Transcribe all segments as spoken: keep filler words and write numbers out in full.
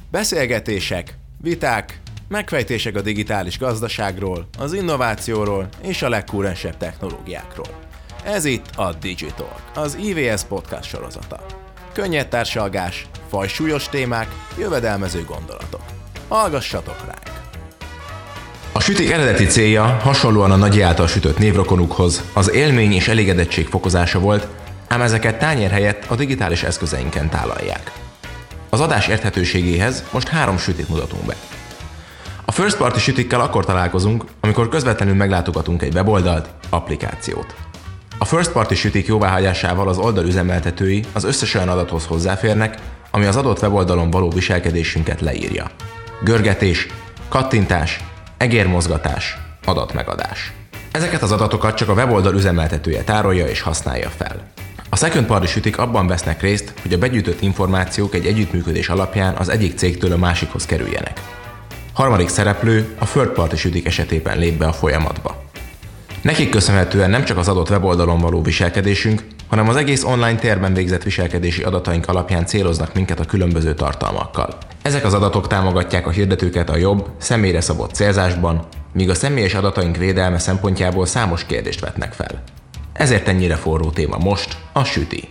Beszélgetések, viták, megfejtések a digitális gazdaságról, az innovációról és a legkúrensebb technológiákról. Ez itt a Digitalk, az i vé es podcast sorozata. Könnyed társalgás, fajsúlyos témák, jövedelmező gondolatok. Hallgassatok ránk! A sütik eredeti célja hasonlóan a nagyi által sütött névrokonukhoz az élmény és elégedettség fokozása volt, ám ezeket tányér helyett a digitális eszközeinken tálalják. Az adás érthetőségéhez most három sütit mutatunk be. A first party sütikkel akkor találkozunk, amikor közvetlenül meglátogatunk egy weboldalt, applikációt. A first party sütik jóváhagyásával az oldal üzemeltetői az összes olyan adathoz hozzáférnek, ami az adott weboldalon való viselkedésünket leírja. Görgetés, kattintás, egérmozgatás, adatmegadás. Ezeket az adatokat csak a weboldal üzemeltetője tárolja és használja fel. A second party sütik abban vesznek részt, hogy a begyűjtött információk egy együttműködés alapján az egyik cégtől a másikhoz kerüljenek. Harmadik szereplő a third party sütik esetében lép be a folyamatba. Nekik köszönhetően nem csak az adott weboldalon való viselkedésünk, hanem az egész online térben végzett viselkedési adataink alapján céloznak minket a különböző tartalmakkal. Ezek az adatok támogatják a hirdetőket a jobb, személyre szabott célzásban, míg a személyes adataink védelme szempontjából számos kérdést vetnek fel. Ezért ennyire forró téma most a süti.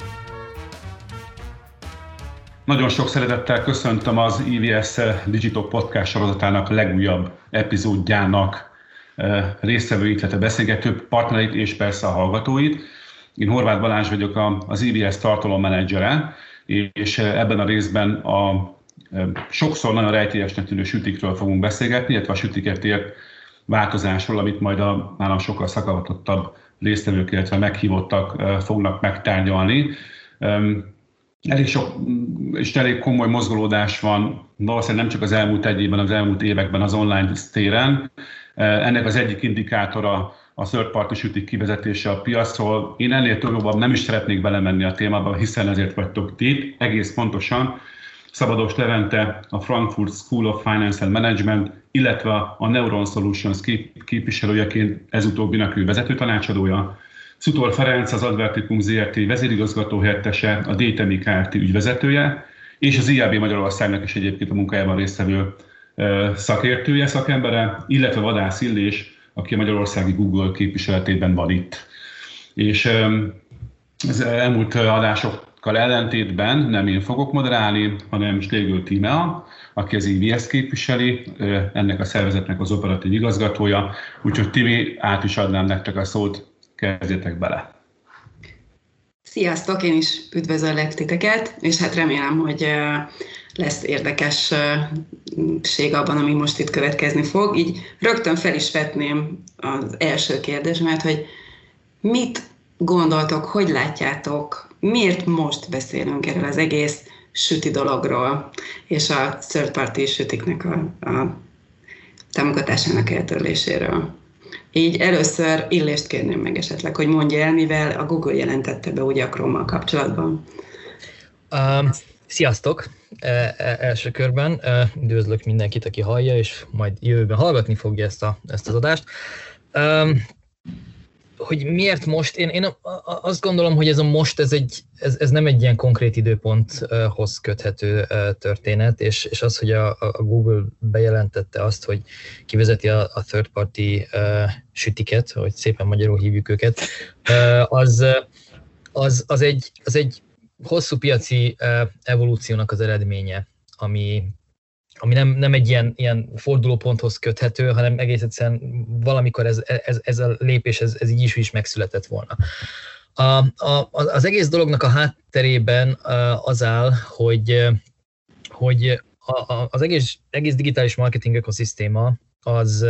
Nagyon sok szeretettel köszöntöm az i vé es Digital Podcast sorozatának legújabb epizódjának résztvevőit, illetve beszélgető partnereit és persze a hallgatóit. Én Horváth Balázs vagyok, az i vé es tartalommenedzsere, és ebben a részben a sokszor nagyon rejtélyesnek tűnő sütikről fogunk beszélgetni, illetve a sütiket ért változásról, amit majd a nálam sokkal szakavatottabb résztvevők, illetve meghívottak fognak megtárgyalni. Elég sok és elég komoly mozgolódás van, valószínűleg nem csak az elmúlt egy évben, az elmúlt években az online téren. Ennek az egyik indikátora a third party sütik kivezetése a piacról. Én ennél több jobban nem is szeretnék belemenni a témába, hiszen ezért vagytok ti. Egész pontosan Szabados Levente, a Frankfurt School of Finance and Management, illetve a Neuron Solutions képviselőjeként ezutóbbinak ő vezető tanácsadója, Szutor Ferenc, az Advertikum zé er té vezérigazgató helyettese, a Datemi Kft. Ügyvezetője, és az i á bé Magyarországnak is egyébként a munkájában résztvevő szakértője, szakembere, illetve Vadász Illés, aki a magyarországi Google képviseletében van itt. És az elmúlt adásokkal ellentétben nem én fogok moderálni, hanem Stégő Tímea, aki az i vé es képviseli, ennek a szervezetnek az operatív igazgatója. Úgyhogy Timi, át is adnám nektek a szót, kezdjetek bele. Sziasztok, én is üdvözöllek titeket, és hát remélem, hogy lesz érdekesség abban, ami most itt következni fog. Így rögtön fel is vetném az első kérdésemet, hogy mit gondoltok, hogy látjátok, miért most beszélünk erről az egész süti dologról, és a third party sütiknek a, a támogatásának eltörléséről. Így először Illést kérném meg esetleg, hogy mondja el, mivel a Google jelentette be ugye a Chrome-mal kapcsolatban. Um, sziasztok! E, e, első körben e, üdvözlök mindenkit, aki hallja, és majd jövőben hallgatni fogja ezt, a, ezt az adást. Um, hogy miért most? Én, én azt gondolom, hogy ez a most, ez, egy, ez, ez nem egy ilyen konkrét időponthoz köthető történet, és, és az, hogy a, a Google bejelentette azt, hogy kivezeti a, a third party uh, sütiket, hogy szépen magyarul hívjuk őket, uh, az, az, az, egy, az egy hosszú piaci uh, evolúciónak az eredménye, ami ami nem, nem egy ilyen, ilyen fordulóponthoz köthető, hanem egész egyszerűen valamikor ez, ez, ez a lépés, ez, ez így is, is megszületett volna. A, a, az egész dolognak a hátterében az áll, hogy, hogy a, a, az egész, egész digitális marketing ökoszisztéma az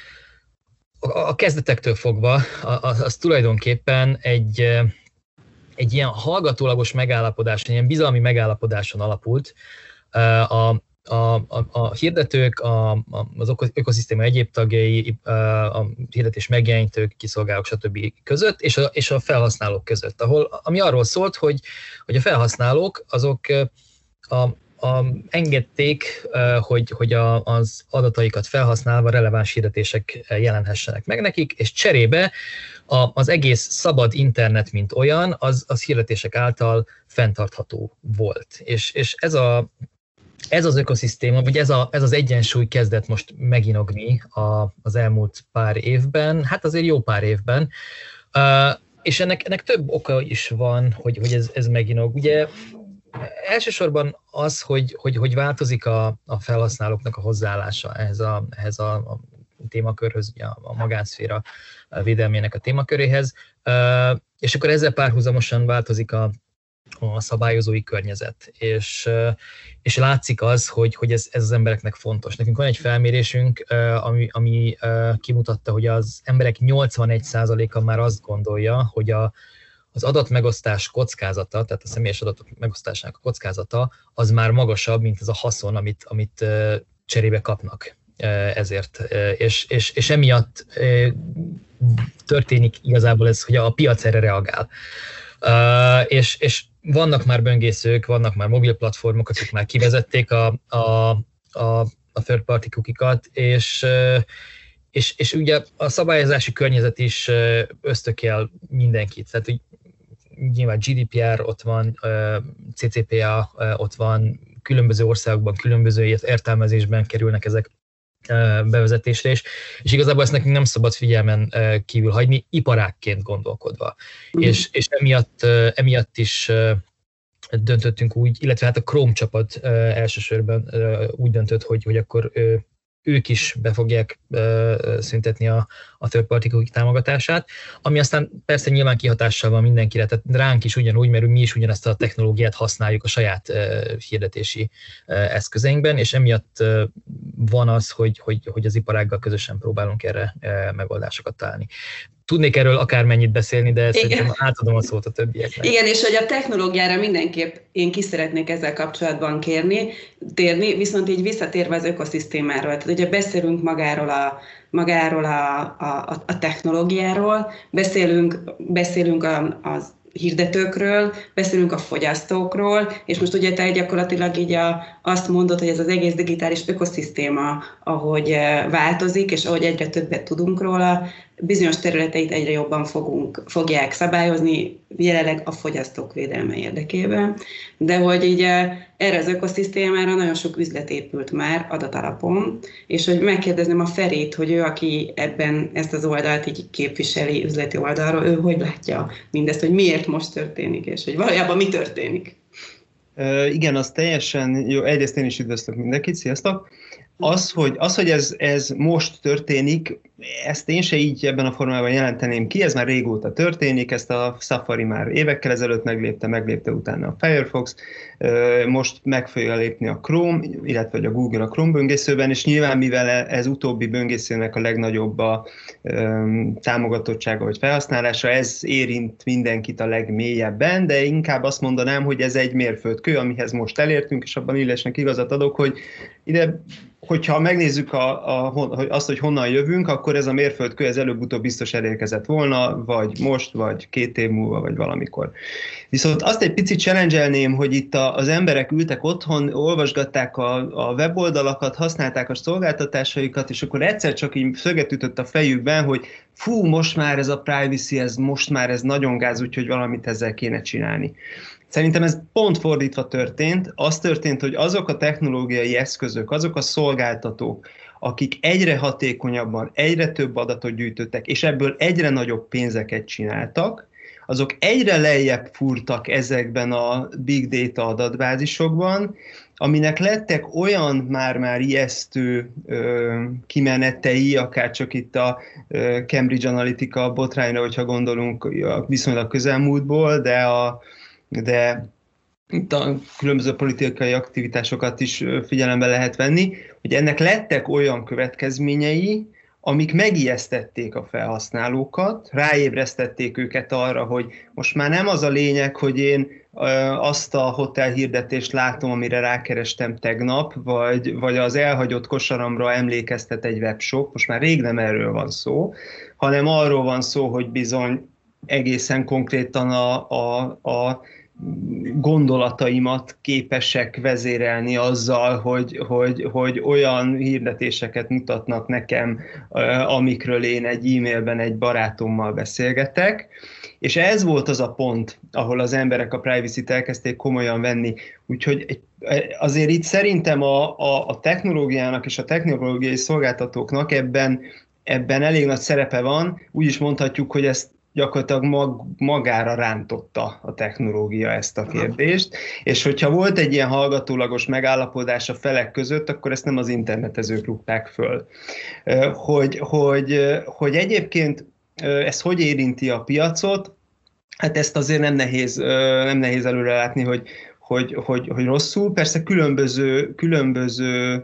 a, a kezdetektől fogva, az, az tulajdonképpen egy, egy ilyen hallgatólagos megállapodás, egy ilyen bizalmi megállapodáson alapult. A, A, a, a hirdetők, a, a, az ökoszisztéma egyéb tagjai, a hirdetés megjelenítők, kiszolgálók, stb. Között, és a, és a felhasználók között, ahol, ami arról szólt, hogy, hogy a felhasználók azok a, a, engedték, hogy, hogy a, az adataikat felhasználva releváns hirdetések jelenhessenek meg nekik, és cserébe a, az egész szabad internet, mint olyan, az, az hirdetések által fenntartható volt. És, és ez a ez az ökoszisztéma, vagy ez, a, ez az egyensúly kezdett most meginogni a, az elmúlt pár évben, hát azért jó pár évben, uh, és ennek, ennek több oka is van, hogy, hogy ez, ez meginog. Ugye elsősorban az, hogy, hogy, hogy változik a, a felhasználóknak a hozzáállása ehhez a, ehhez a, a témakörhöz, ugye a magánszféra védelmének a témaköréhez, uh, és akkor ezzel párhuzamosan változik a a szabályozói környezet, és, és látszik az, hogy, hogy ez, ez az embereknek fontos. Nekünk van egy felmérésünk, ami, ami kimutatta, hogy az emberek nyolcvanegy százaléka már azt gondolja, hogy a, az adatmegosztás kockázata, tehát a személyes adatok megosztásának a kockázata, az már magasabb, mint az a haszon, amit, amit cserébe kapnak ezért. És, és, és emiatt történik igazából ez, hogy a piac erre reagál. Uh, és, és vannak már böngészők, vannak már mobil platformok, akik már kivezették a, a, a, a third party cookie-kat, és, és, és ugye a szabályozási környezet is ösztökél mindenkit. Tehát úgy, nyilván gé dé pé er ott van, cé cé pé á ott van, különböző országokban, különböző értelmezésben kerülnek ezek bevezetésre, és, és igazából ezt nekünk nem szabad figyelmen kívül hagyni, iparágként gondolkodva. Mm. És, és emiatt, emiatt is döntöttünk úgy, illetve hát a Chrome csapat elsősorban úgy döntött, hogy, hogy akkor ők is be fogják szüntetni a, a third party cookie támogatását, ami aztán persze nyilván kihatással van mindenkire, tehát ránk is ugyanúgy, mert mi is ugyanezt a technológiát használjuk a saját hirdetési eszközeinkben, és emiatt van az, hogy, hogy, hogy az iparággal közösen próbálunk erre megoldásokat találni. Tudnék erről akármennyit beszélni, de szerintem átadom a szót a többieknek. Igen, és hogy a technológiára mindenképp én ki szeretnék ezzel kapcsolatban kérni, térni, viszont így visszatérve az ökoszisztémáról. Tehát ugye beszélünk magáról a, magáról a, a, a technológiáról, beszélünk, beszélünk a, az hirdetőkről, beszélünk a fogyasztókról, és most ugye te gyakorlatilag így a, azt mondod, hogy ez az egész digitális ökoszisztéma, ahogy változik, és ahogy egyre többet tudunk róla, bizonyos területeit egyre jobban fogunk, fogják szabályozni, jelenleg a fogyasztók védelme érdekében, de hogy így erre az ökoszisztémára nagyon sok üzlet épült már adatalapon, és hogy megkérdezném a Ferit, hogy ő, aki ebben ezt az oldalt így képviseli üzleti oldalról, ő hogy látja mindezt, hogy miért most történik, és hogy valójában mi történik? Uh, igen, az teljesen jó. Egyrészt én is üdvözlök mindenkit, sziasztok! Az, hogy, az, hogy ez, ez most történik, ezt én se így ebben a formában jelenteném ki, ez már régóta történik, ezt a Safari már évekkel ezelőtt meglépte, meglépte utána a Firefox, most meg fogja lépni a Chrome, illetve a Google a Chrome böngészőben, és nyilván mivel ez utóbbi böngészőnek a legnagyobb a támogatottsága vagy felhasználása, ez érint mindenkit a legmélyebben, de inkább azt mondanám, hogy ez egy mérföldkő, amihez most elértünk, és abban Illesnek igazat adok, hogy ide, hogyha megnézzük a, a, azt, hogy honnan jövünk, akkor ez a mérföldkő ez előbb-utóbb biztos elérkezett volna, vagy most, vagy két év múlva, vagy valamikor. Viszont azt egy picit challenge-elném, hogy itt a, az emberek ültek otthon, olvasgatták a, a weboldalakat, használták a szolgáltatásaikat, és akkor egyszer csak így szöget ütött a fejükben, hogy fú, most már ez a privacy, ez most már ez nagyon gáz, úgyhogy valamit ezzel kéne csinálni. Szerintem ez pont fordítva történt. Az történt, hogy azok a technológiai eszközök, azok a szolgáltatók, akik egyre hatékonyabban, egyre több adatot gyűjtöttek, és ebből egyre nagyobb pénzeket csináltak, azok egyre lejjebb fúrtak ezekben a big data adatbázisokban, aminek lettek olyan már-már ijesztő ö, kimenetei, akár csak itt a ö, Cambridge Analytica botrányra, hogyha gondolunk viszonylag közelmúltból, de a de itt a különböző politikai aktivitásokat is figyelembe lehet venni, hogy ennek lettek olyan következményei, amik megijesztették a felhasználókat, ráébresztették őket arra, hogy most már nem az a lényeg, hogy én azt a hotelhirdetést látom, amire rákerestem tegnap, vagy, vagy az elhagyott kosaramra emlékeztet egy webshop, most már rég nem erről van szó, hanem arról van szó, hogy bizony egészen konkrétan a, a, a gondolataimat képesek vezérelni azzal, hogy, hogy, hogy olyan hirdetéseket mutatnak nekem, amikről én egy e-mailben egy barátommal beszélgetek, és ez volt az a pont, ahol az emberek a privacy-t elkezdték komolyan venni. Úgyhogy azért itt szerintem a, a, a technológiának és a technológiai szolgáltatóknak ebben, ebben elég nagy szerepe van. Úgy is mondhatjuk, hogy ezt gyakorlatilag mag, magára rántotta a technológia ezt a kérdést, és hogyha volt egy ilyen hallgatólagos megállapodás a felek között, akkor ezt nem az internetezők rúgták föl. Hogy, hogy, hogy egyébként ez hogy érinti a piacot, hát ezt azért nem nehéz, nem nehéz előre látni, hogy, hogy, hogy, hogy rosszul. Persze különböző, különböző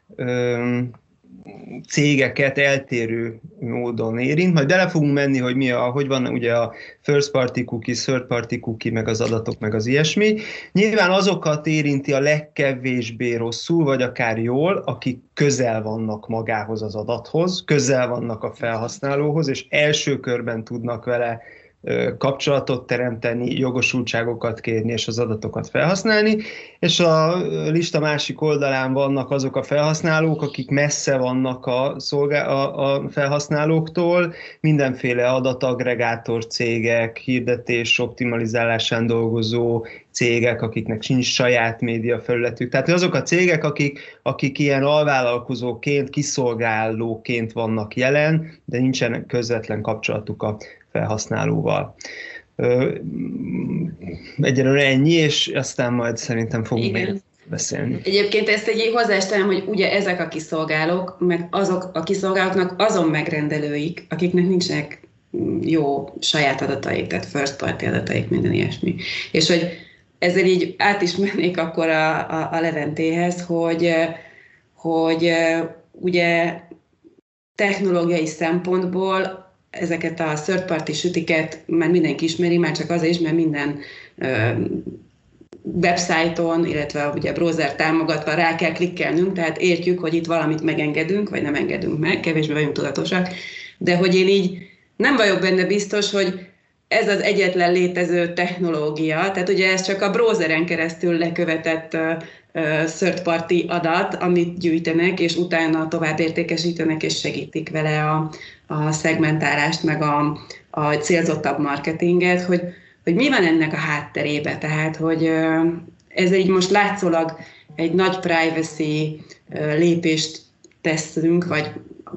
cégeket eltérő módon érint, majd bele fogunk menni, hogy mi a, hogy van ugye a first party cookie, third party cookie, meg az adatok, meg az ilyesmi. Nyilván azokat érinti a legkevésbé rosszul, vagy akár jól, akik közel vannak magához az adathoz, közel vannak a felhasználóhoz, és első körben tudnak vele kapcsolatot teremteni, jogosultságokat kérni és az adatokat felhasználni, és a lista másik oldalán vannak azok a felhasználók, akik messze vannak a, szolgál- a, a felhasználóktól, mindenféle adatagregátor cégek, hirdetés optimalizálásán dolgozó cégek, akiknek sincs saját média felületük. Tehát azok a cégek, akik, akik ilyen alvállalkozóként, kiszolgálóként vannak jelen, de nincsen közvetlen kapcsolatuk a felhasználóval. Egyelőre ennyi, és aztán majd szerintem fogunk Igen. még beszélni. Egyébként ezt egy hozzást tenném, hogy ugye ezek a kiszolgálók, meg azok a kiszolgálóknak azon megrendelőik, akiknek nincsenek jó saját adataik, tehát first party adataik, minden ilyesmi. És hogy ezzel így át is mennék akkor a, a, a Leventéhez, hogy, hogy ugye technológiai szempontból ezeket a third party sütiket már mindenki ismeri, már csak azért is, mert minden ö, websájton, illetve ugye browser támogatva rá kell klikkelnünk, tehát értjük, hogy itt valamit megengedünk, vagy nem engedünk meg, kevésbé vagyunk tudatosak, de hogy én így nem vagyok benne biztos, hogy ez az egyetlen létező technológia, tehát ugye ez csak a browseren keresztül lekövetett uh, uh, third party adat, amit gyűjtenek, és utána tovább értékesítenek, és segítik vele a, a szegmentálást, meg a, a célzottabb marketinget, hogy, hogy mi van ennek a hátterébe, tehát hogy uh, ez így most látszólag egy nagy privacy uh, lépést teszünk, vagy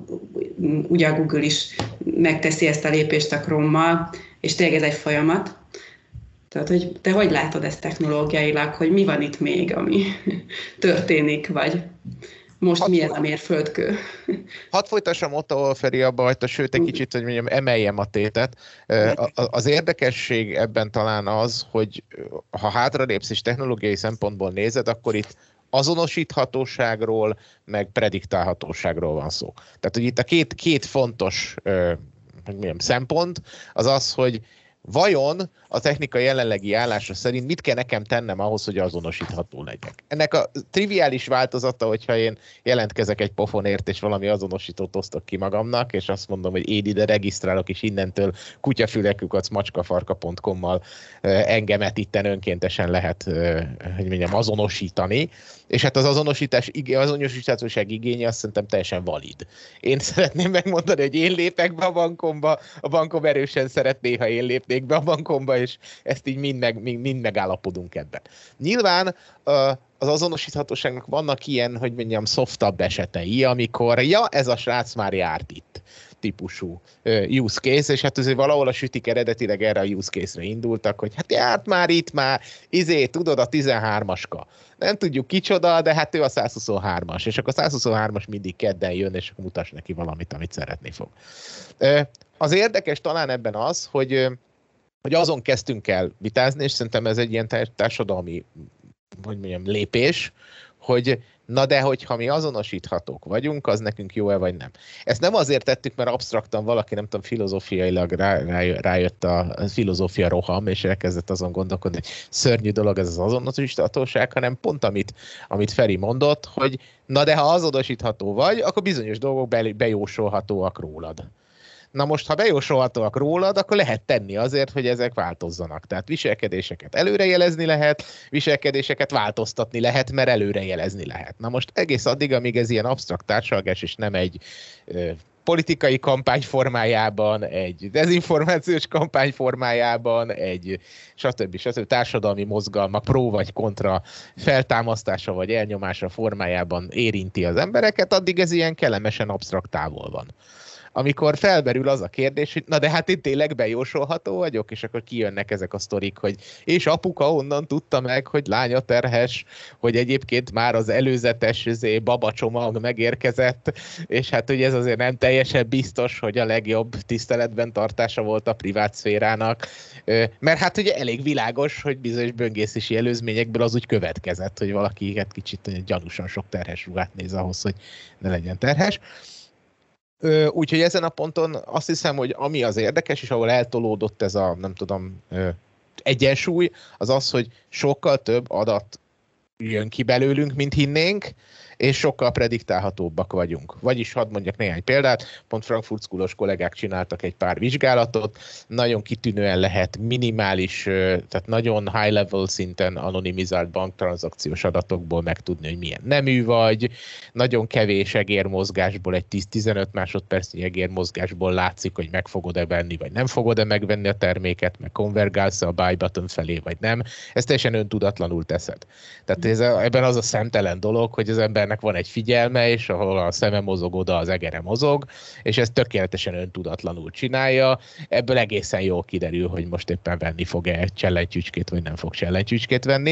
ugye a Google is megteszi ezt a lépést a Chrome-mal, és tényleg ez egy folyamat. Tehát, hogy te hogy látod ezt technológiailag, hogy mi van itt még, ami történik, vagy most hat mi ez a mérföldkő? Hadd folytassam Otto Feri abba hagyta, sőt egy kicsit, hogy mondjam, emeljem a tétet. Az érdekesség ebben talán az, hogy ha hátralépsz és technológiai szempontból nézed, akkor itt azonosíthatóságról, meg prediktálhatóságról van szó. Tehát, hogy itt a két, két fontos hogy mondjam, szempont az az, hogy vajon a technika jelenlegi állása szerint mit kell nekem tennem ahhoz, hogy azonosítható legyek. Ennek a triviális változata, hogyha én jelentkezek egy pofonért, és valami azonosítót osztok ki magamnak, és azt mondom, hogy én ide regisztrálok, és innentől kutyafülekükac macskafarka pont com-mal engemet itten önkéntesen lehet, hogy mondjam, azonosítani, és hát az azonosítás, azonosíthatóság igénye azt szerintem teljesen valid. Én szeretném megmondani, hogy én lépek be a bankomba, a bankom erősen szeretné, ha én lépnék be a bankomba, és ezt így mind, meg, mind megállapodunk ebben. Nyilván az azonosíthatóságnak vannak ilyen, hogy mondjam, szoftabb esetei, amikor ja, ez a srác már járt itt típusú use case, és hát azért valahol a sütik eredetileg erre a use case-re indultak, hogy hát járt már itt már, izé, tudod, a tizenhármaska. Nem tudjuk kicsoda, de hát ő a százhuszonhármas, és akkor a százhuszonhármas mindig kedden jön, és akkor mutass neki valamit, amit szeretni fog. Az érdekes talán ebben az, hogy, hogy azon kezdtünk el vitázni, és szerintem ez egy ilyen társadalmi, hogy mondjam, lépés, hogy na de, hogyha mi azonosíthatók vagyunk, az nekünk jó-e vagy nem. Ezt nem azért tettük, mert absztraktan valaki, nem tudom, filozófiailag rá, rá, rájött a filozófia roham, és elkezdett azon gondolkodni, hogy szörnyű dolog ez az azonosíthatóság, hanem pont amit, amit Feri mondott, hogy na de, ha azonosítható vagy, akkor bizonyos dolgok be, bejósolhatóak rólad. Na most, ha bejósolhatóak rólad, akkor lehet tenni azért, hogy ezek változzanak. Tehát viselkedéseket előrejelezni lehet, viselkedéseket változtatni lehet, mert előrejelezni lehet. Na most egész addig, amíg ez ilyen absztrakt társalgás, és nem egy ö, politikai kampány formájában, egy dezinformációs kampány formájában, egy stb. stb. Társadalmi mozgalmak pró vagy kontra feltámasztása vagy elnyomása formájában érinti az embereket, addig ez ilyen kellemesen absztrakt távol van. Amikor felmerül az a kérdés, hogy na de hát én tényleg bejósolható vagyok, és akkor kijönnek ezek a sztorik, hogy és apuka onnan tudta meg, hogy lánya terhes, hogy egyébként már az előzetes babacsomag megérkezett, és hát hogy ez azért nem teljesen biztos, hogy a legjobb tiszteletben tartása volt a privát szférának, mert hát ugye elég világos, hogy bizonyos böngészési előzményekből az úgy következett, hogy valaki hát kicsit gyanúsan sok terhes ruhát néz ahhoz, hogy ne legyen terhes. Úgyhogy ezen a ponton azt hiszem, hogy ami az érdekes, és ahol eltolódott ez a, nem tudom, egyensúly, az az, hogy sokkal több adat jön ki belőlünk, mint hinnénk, és sokkal prediktálhatóbbak vagyunk. Vagyis hadd mondjak néhány példát, pont Frankfurt School-os kollégák csináltak egy pár vizsgálatot, nagyon kitűnően lehet minimális, tehát nagyon high-level szinten anonimizált banktranszakciós adatokból megtudni, hogy milyen nemű vagy, nagyon kevés egérmozgásból, egy tíz-tizenöt másodpercnyi egérmozgásból látszik, hogy meg fogod-e venni, vagy nem fogod-e megvenni a terméket, meg konvergálsz a buy button felé, vagy nem. Ezt teljesen öntudatlanul teszed. Tehát ez a, ebben az a szemtelen dolog, hogy az ember van egy figyelme, és ahol a szeme mozog, oda az egere mozog, és ezt tökéletesen öntudatlanul csinálja. Ebből egészen jól kiderül, hogy most éppen venni fog-e csellentyűcskét, vagy nem fog csellentyűcskét venni.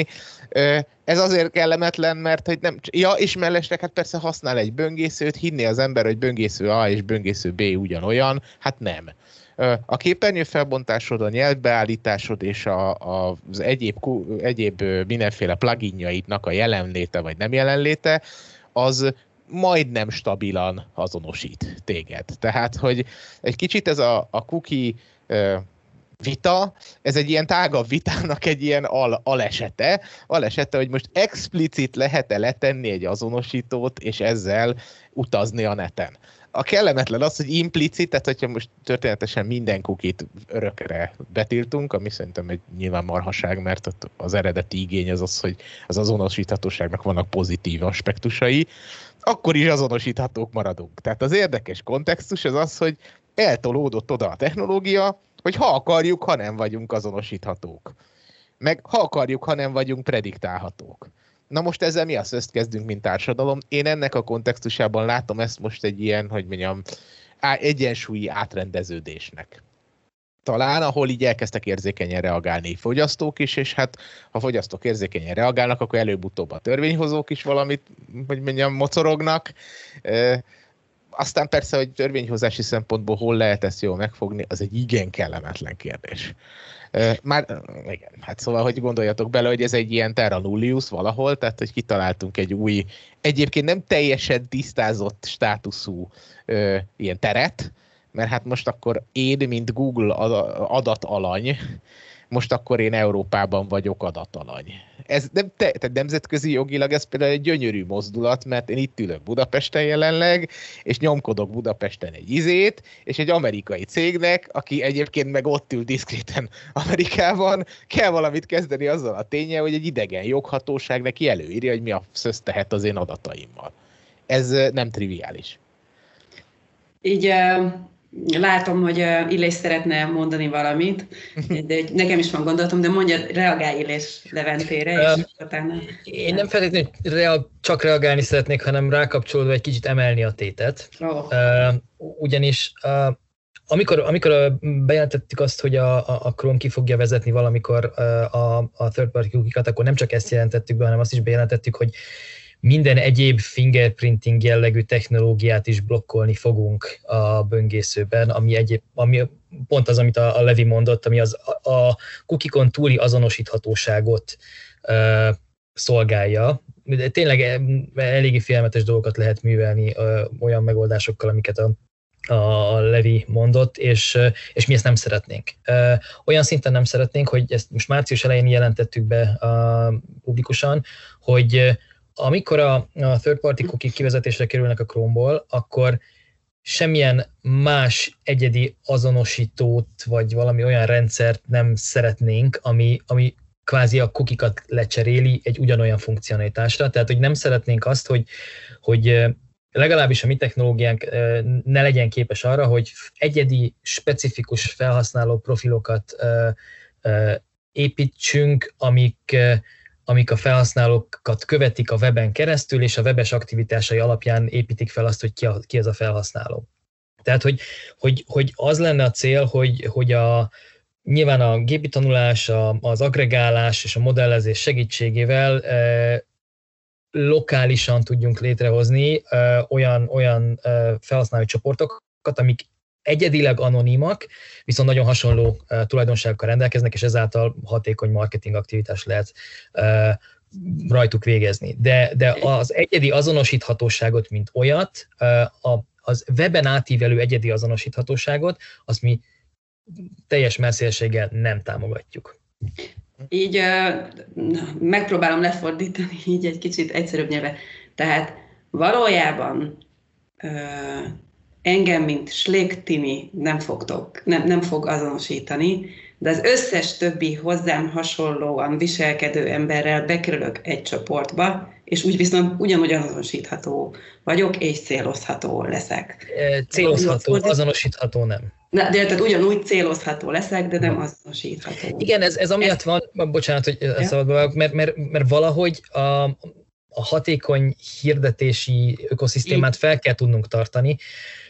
Ez azért kellemetlen, mert hogy nem... Ja, és mellesleg hát persze használ egy böngészőt, hinni az ember, hogy böngésző A és böngésző B ugyanolyan, hát nem. A képernyő felbontásod, a nyelvbeállításod és a, a, az egyéb, egyéb mindenféle pluginjaidnak a jelenléte vagy nem jelenléte, az majdnem stabilan azonosít téged. Tehát, hogy egy kicsit ez a, a cookie vita, ez egy ilyen tágabb vitának egy ilyen al, alesete, alesete, hogy most explicit lehet-e letenni egy azonosítót, és ezzel utazni a neten. A kellemetlen az, hogy implicit, tehát hogyha most történetesen minden cookie-t örökre betiltunk, ami szerintem egy nyilván marhaság, mert az eredeti igény az az, hogy az azonosíthatóságnak vannak pozitív aspektusai, akkor is azonosíthatók maradunk. Tehát az érdekes kontextus az az, hogy eltolódott oda a technológia, hogy ha akarjuk, ha nem vagyunk azonosíthatók. Meg ha akarjuk, ha nem vagyunk prediktálhatók. Na most ezzel mi azt ezt kezdünk, mint társadalom? Én ennek a kontextusában látom ezt most egy ilyen, hogy mondjam, egyensúlyi átrendeződésnek. Talán, ahol így elkezdtek érzékenyen reagálni fogyasztók is, és hát ha fogyasztók érzékenyen reagálnak, akkor előbb-utóbb a törvényhozók is valamit, hogy mondjam, mocorognak. E, aztán persze, hogy törvényhozási szempontból hol lehet ezt jól megfogni, az egy igen kellemetlen kérdés. Már, igen, hát szóval, hogy gondoljatok bele, hogy ez egy ilyen terra nullius valahol, tehát, hogy kitaláltunk egy új, egyébként nem teljesen tisztázott státuszú ö, ilyen teret, mert hát most akkor én, mint Google adatalany, most akkor én Európában vagyok adatalany. Ez nem te, tehát nemzetközi jogilag ez például egy gyönyörű mozdulat, mert én itt ülök Budapesten jelenleg, és nyomkodok Budapesten egy izét, és egy amerikai cégnek, aki egyébként meg ott ül diszkréten Amerikában, kell valamit kezdeni azzal a ténnyel, hogy egy idegen joghatóság neki előírja, hogy mi a szösz tehet az én adataimmal. Ez nem triviális. Így... Uh... Látom, hogy uh, Illés szeretne mondani valamit, de nekem is van gondolatom, de mondja, reagálj Illés Leventére, és utána... Én nem feltétlenül rea- csak reagálni szeretnék, hanem rákapcsolódva egy kicsit emelni a tétet. Oh. Uh, ugyanis uh, amikor, amikor uh, bejelentettük azt, hogy a, a, a Chrome ki fogja vezetni valamikor uh, a, a third-party cookie-kat, akkor nem csak ezt jelentettük be, hanem azt is bejelentettük, hogy minden egyéb fingerprinting jellegű technológiát is blokkolni fogunk a böngészőben, ami, egyéb, ami pont az, amit a, a Levi mondott, ami az, a, a cookie-kon túli azonosíthatóságot uh, szolgálja. De tényleg eléggé félelmetes dolgokat lehet művelni uh, olyan megoldásokkal, amiket a, a Levi mondott, és, és mi ezt nem szeretnénk. Uh, olyan szinten nem szeretnénk, hogy ezt most március elején jelentettük be uh, publikusan, hogy amikor a, a third-party cookie kivezetésre kerülnek a Chrome-ból, akkor semmilyen más egyedi azonosítót, vagy valami olyan rendszert nem szeretnénk, ami, ami kvázi a kukikat lecseréli egy ugyanolyan funkcionalitásra. Tehát, hogy nem szeretnénk azt, hogy, hogy legalábbis a mi technológiánk ne legyen képes arra, hogy egyedi, specifikus felhasználó profilokat építsünk, amik, amik a felhasználókat követik a weben keresztül, és a webes aktivitásai alapján építik fel azt, hogy ki, a, ki ez a felhasználó. Tehát, hogy, hogy, hogy az lenne a cél, hogy, hogy a, nyilván a gépi tanulás, az agregálás és a modellezés segítségével eh, lokálisan tudjunk létrehozni eh, olyan, olyan eh, felhasználói csoportokat, amik egyedileg anonimak, viszont nagyon hasonló uh, tulajdonságokkal rendelkeznek, és ezáltal hatékony marketing aktivitást lehet uh, rajtuk végezni. De, de az egyedi azonosíthatóságot, mint olyat, uh, a, az weben átívelő egyedi azonosíthatóságot, azt mi teljes messzélséggel nem támogatjuk. Így uh, megpróbálom lefordítani így egy kicsit egyszerűbb nyelven. Tehát valójában uh, engem, mint Schlék Timi nem, fogtok, nem, nem fog azonosítani, de az összes többi hozzám hasonlóan viselkedő emberrel bekerülök egy csoportba, és úgy viszont ugyanúgy azonosítható vagyok, és célozható leszek. Célozható, azonosítható nem. Na, de tehát ugyanúgy célozható leszek, de nem azonosítható. Igen, ez, ez amiatt van, bocsánat, hogy ja. szabadba, mert, mert, mert valahogy a, a hatékony hirdetési ökoszisztémát fel kell tudnunk tartani,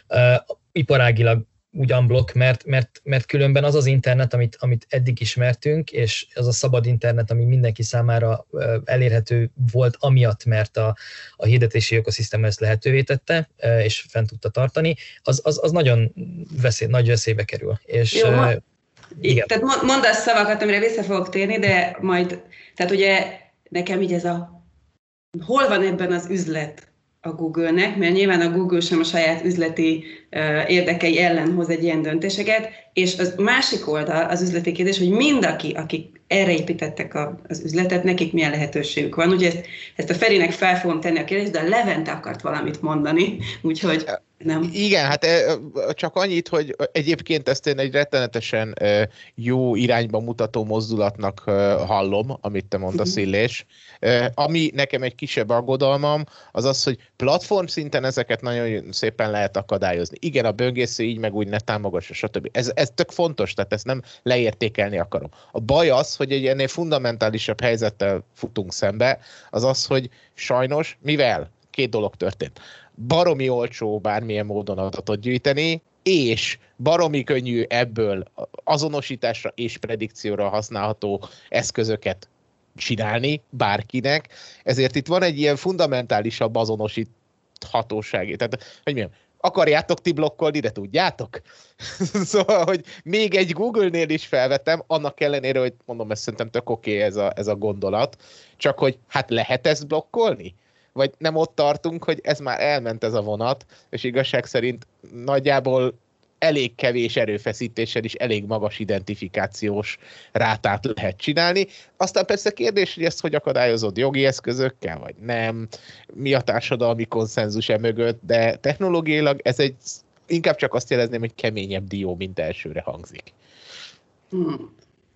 uh, iparágilag úgy unblock, mert, mert, mert különben az az internet, amit, amit eddig ismertünk, és az a szabad internet, ami mindenki számára uh, elérhető volt amiatt, mert a, a hirdetési ökoszisztéma ezt lehetővé tette, uh, és fent tudta tartani, az, az, az nagyon veszély, nagy veszélybe kerül. És, Jó, uh, igen. Tehát mondasz szavakat, amire vissza fogok térni, de majd, tehát ugye nekem így ez a, hol van ebben az üzlet a Google-nek, mert nyilván a Google sem a saját üzleti uh, érdekei ellen hoz egy ilyen döntéseket, és az másik oldal az üzleti kérdés, hogy mindaki, akik erre építettek a, az üzletet, nekik milyen lehetőségük van. Ugye ezt, ezt a Ferinek fel fogom tenni a kérdést, de a Levente akart valamit mondani, úgyhogy nem. Igen, hát csak annyit, hogy egyébként ezt én egy rettenetesen jó irányba mutató mozdulatnak hallom, amit te mondasz, Illés. Ami nekem egy kisebb aggodalmam, az az, hogy platform szinten ezeket nagyon szépen lehet akadályozni. Igen, a böngésző így meg úgy ne támogassa, stb. Ez, ez tök fontos, tehát ezt nem leértékelni akarom. A baj az, hogy egy ennél fundamentálisabb helyzettel futunk szembe, az az, hogy sajnos, mivel két dolog történt. Baromi olcsó bármilyen módon adatot gyűjteni, és baromi könnyű ebből azonosításra és predikcióra használható eszközöket csinálni bárkinek. Ezért itt van egy ilyen fundamentálisabb azonosíthatóság. Tehát, hogy milyen, akarjátok ti blokkolni, de tudjátok? Szóval, hogy még egy Google-nél is felvetem, annak ellenére, hogy mondom, ezt szerintem tök oké okay ez, a, ez a gondolat, csak hogy hát lehet ezt blokkolni? Vagy nem ott tartunk, hogy ez már elment ez a vonat, és igazság szerint nagyjából elég kevés erőfeszítéssel is elég magas identifikációs rátát lehet csinálni. Aztán persze kérdés, hogy ezt hogy akadályozod, jogi eszközökkel, vagy nem, mi a társadalmi konszenzus e mögött, de technológiailag ez egy, inkább csak azt jelezném, hogy keményebb dió, mint elsőre hangzik. Hmm.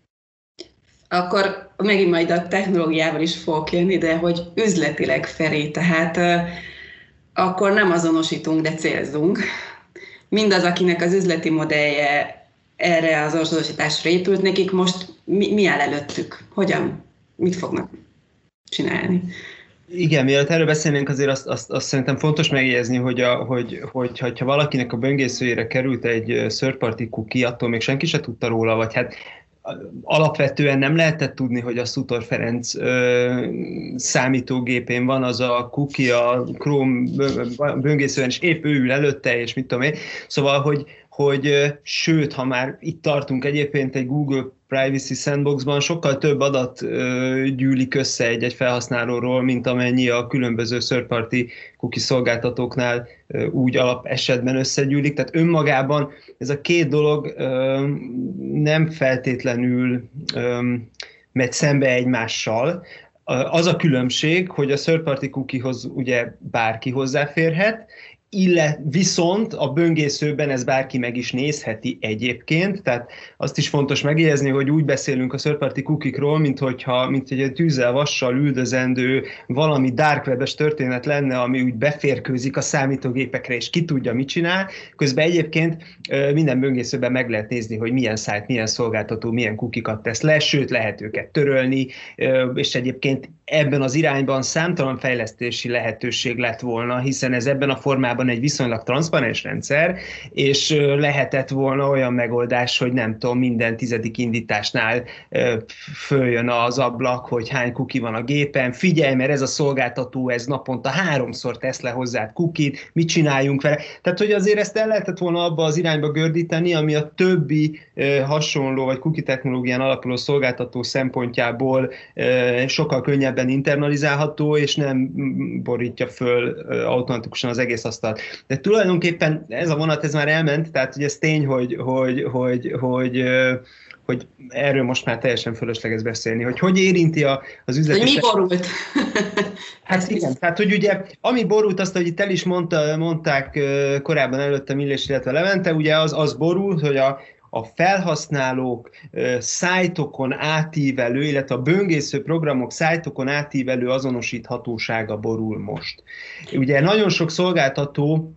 Akkor megint majd a technológiával is fogok jönni, de hogy üzletileg Feri, tehát uh, akkor nem azonosítunk, de célzunk. Mindaz, akinek az üzleti modellje erre az azonosításra épült, nekik most mi, mi áll előttük? Hogyan? Mit fognak csinálni? Igen, mielőtt erről beszélnénk, azért azt, azt, azt szerintem fontos megjegyezni, hogy, a, hogy, hogy ha valakinek a böngészőjére került egy third party cookie, attól még senki se tudta róla, vagy hát alapvetően nem lehetett tudni, hogy a Sutor Ferenc ö, számítógépén van az a cookie, a Chrome böngészően, és épp ő ül előtte, és mit tudom én. Szóval, hogy, hogy sőt, ha már itt tartunk egyébként egy Google Privacy Sandboxban, sokkal több adat ö, gyűlik össze egy-egy felhasználóról, mint amennyi a különböző third-party cookie szolgáltatóknál ö, úgy alap esetben összegyűlik. Tehát önmagában ez a két dolog ö, nem feltétlenül ö, megy szembe egymással. Az a különbség, hogy a third-party cookiehoz ugye bárki hozzáférhet, illet, viszont a böngészőben ez bárki meg is nézheti egyébként, tehát azt is fontos megjegyezni, hogy úgy beszélünk a third party cookie-król, mint hogyha mint egy tűzzel, vassal üldözendő valami dark webes történet lenne, ami úgy beférkőzik a számítógépekre, és ki tudja, mit csinál. Közben egyébként minden böngészőben meg lehet nézni, hogy milyen szájt, milyen szolgáltató, milyen cookie-kat tesz le, sőt lehet őket törölni, és egyébként ebben az irányban számtalan fejlesztési lehetőség lett volna, hiszen ez ebben a formában egy viszonylag transzparens rendszer, és lehetett volna olyan megoldás, hogy nem tudom, minden tizedik indításnál följön az ablak, hogy hány cookie van a gépen, figyelj, mert ez a szolgáltató, ez naponta háromszor tesz le hozzád cookie-t, mit csináljunk vele. Tehát, hogy azért ezt el lehetett volna abba az irányba gördíteni, ami a többi hasonló, vagy cookie technológián alapuló szolgáltató szempontjából sokkal könnyebben internalizálható, és nem borítja föl automatikusan az egész asztalt. De tulajdonképpen ez a vonat, ez már elment, tehát ugye ez tény, hogy, hogy, hogy, hogy, hogy erről most már teljesen fölösleges beszélni, hogy hogy érinti a, az üzleti... Hogy mi borult? Hát igen, tehát hogy ugye, ami borult, azt, hogy itt el is mondta, mondták korábban előtte Millés, illetve Levente, ugye az, az borult, hogy a a felhasználók uh, szájtokon átívelő, illetve a böngésző programok szájtokon átívelő azonosíthatósága borul most. Ugye nagyon sok szolgáltató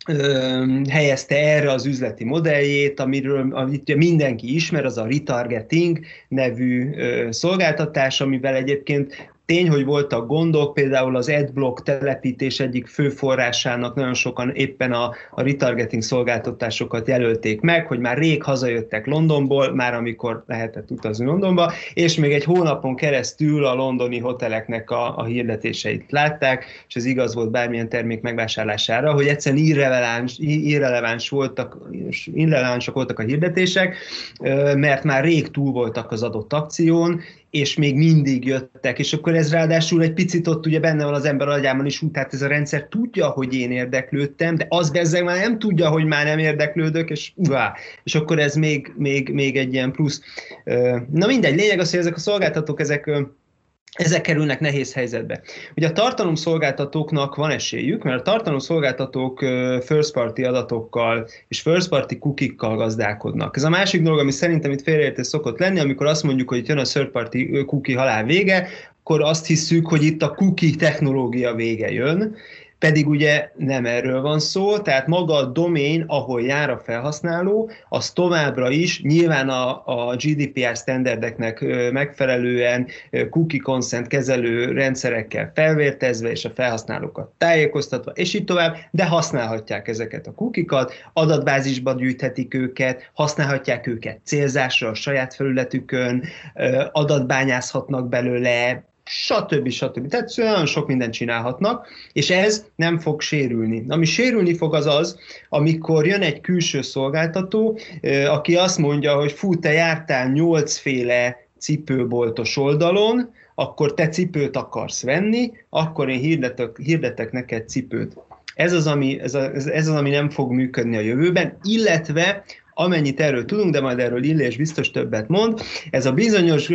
uh, helyezte erre az üzleti modelljét, amiről amit mindenki ismer, az a retargeting nevű uh, szolgáltatás, amivel egyébként tény, hogy voltak gondok, például az adblock telepítés egyik fő forrásának nagyon sokan éppen a, a retargeting szolgáltatásokat jelölték meg, hogy már rég hazajöttek Londonból, már amikor lehetett utazni Londonba, és még egy hónapon keresztül a londoni hoteleknek a, a hirdetéseit látták, és ez igaz volt bármilyen termék megvásárlására, hogy egyszerűen irreleváns, irreleváns voltak, irrelevánsak voltak a hirdetések, mert már rég túl voltak az adott akción, és még mindig jöttek, és akkor ez ráadásul egy picit ott ugye benne van az ember agyában is, tehát ez a rendszer tudja, hogy én érdeklődtem, de az bezzeg már nem tudja, hogy már nem érdeklődök, és uvá, és akkor ez még, még, még egy ilyen plusz. Na mindegy, lényeg az, hogy ezek a szolgáltatók, ezek ezek kerülnek nehéz helyzetbe. Ugye a tartalomszolgáltatóknak van esélyük, mert a tartalomszolgáltatók first party adatokkal és first party cookie-kkal gazdálkodnak. Ez a másik dolog, ami szerintem itt félreértés szokott lenni, amikor azt mondjuk, hogy itt jön a third party cookie halál vége, akkor azt hiszük, hogy itt a cookie technológia vége jön, pedig ugye nem erről van szó, tehát maga a domain, ahol jár a felhasználó, az továbbra is nyilván a, a gé dé pé er standardeknek megfelelően cookie consent kezelő rendszerekkel felvértezve, és a felhasználókat tájékoztatva, és így tovább, de használhatják ezeket a cookie-kat, adatbázisba gyűjthetik őket, használhatják őket célzásra a saját felületükön, adatbányázhatnak belőle, stb. stb. Tehát nagyon sok mindent csinálhatnak, és ez nem fog sérülni. Ami sérülni fog az az, amikor jön egy külső szolgáltató, aki azt mondja, hogy fú, te jártál nyolcféle cipőboltos oldalon, akkor te cipőt akarsz venni, akkor én hirdetek, hirdetek neked cipőt. Ez az, ami, ez, a, ez az, ami nem fog működni a jövőben, illetve amennyit erről tudunk, de majd erről Illés biztos többet mond. Ez a bizonyos uh,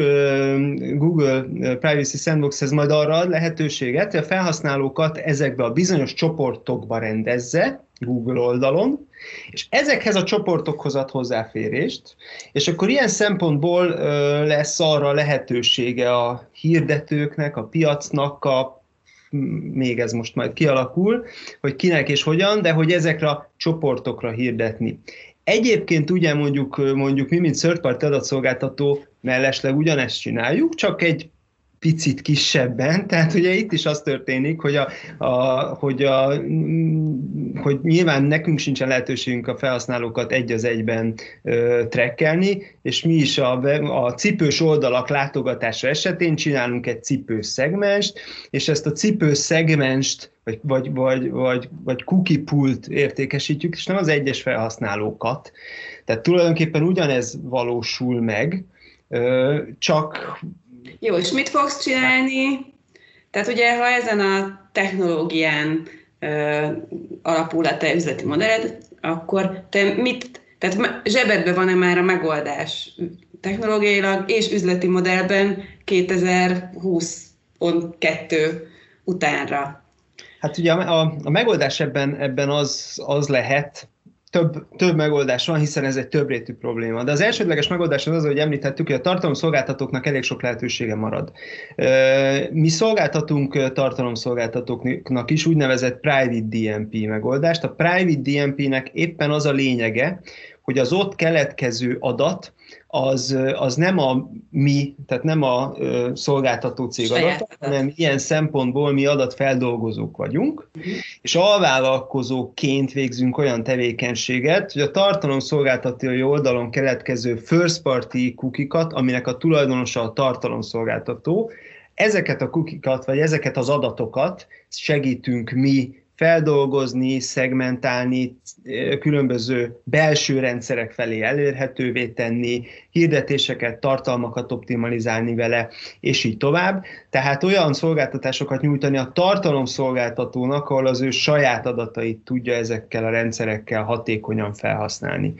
Google Privacy Sandbox, ez majd arra ad lehetőséget, hogy a felhasználókat ezekbe a bizonyos csoportokba rendezze, Google oldalon, és ezekhez a csoportokhoz ad hozzáférést, és akkor ilyen szempontból uh, lesz arra lehetősége a hirdetőknek, a piacnak, a még ez most majd kialakul, hogy kinek és hogyan, de hogy ezekre a csoportokra hirdetni. Egyébként ugye mondjuk, mondjuk mi, mint third party adatszolgáltató mellesleg ugyanezt csináljuk, csak egy picit kisebben, tehát ugye itt is az történik, hogy, a, a, hogy, a, hogy nyilván nekünk sincsen lehetőségünk a felhasználókat egy az egyben ö, trackelni, és mi is a, a cipős oldalak látogatása esetén csinálunk egy cipős szegmenst, és ezt a cipős szegmenst vagy, vagy, vagy, vagy, vagy cookie poolt értékesítjük, és nem az egyes felhasználókat. Tehát tulajdonképpen ugyanez valósul meg, ö, csak... Jó, és mit fogsz csinálni? Tehát ugye, ha ezen a technológián ö, alapul a te üzleti modelled, akkor te mit, tehát zsebedben van-e már a megoldás technológiailag és üzleti modellben kétezer-huszonkettő utánra? Hát ugye a, a, a megoldás ebben, ebben az, az lehet, több, több megoldás van, hiszen ez egy többrétű probléma. De az elsődleges megoldás az az, hogy említettük, hogy a tartalomszolgáltatóknak elég sok lehetősége marad. Mi szolgáltatunk tartalomszolgáltatóknak is úgynevezett private dé em pé megoldást. A private dé em pé-nek éppen az a lényege, hogy az ott keletkező adat, az, az nem a mi, tehát nem a ö, szolgáltató cég adata, hanem ilyen szempontból mi adatfeldolgozók vagyunk, uh-huh. és alvállalkozóként végzünk olyan tevékenységet, hogy a tartalomszolgáltatói oldalon keletkező first party cookie-kat, aminek a tulajdonosa a tartalomszolgáltató, ezeket a cookie-kat, vagy ezeket az adatokat segítünk mi feldolgozni, szegmentálni, különböző belső rendszerek felé elérhetővé tenni, hirdetéseket, tartalmakat optimalizálni vele, és így tovább. Tehát olyan szolgáltatásokat nyújtani a tartalomszolgáltatónak, ahol az ő saját adatait tudja ezekkel a rendszerekkel hatékonyan felhasználni.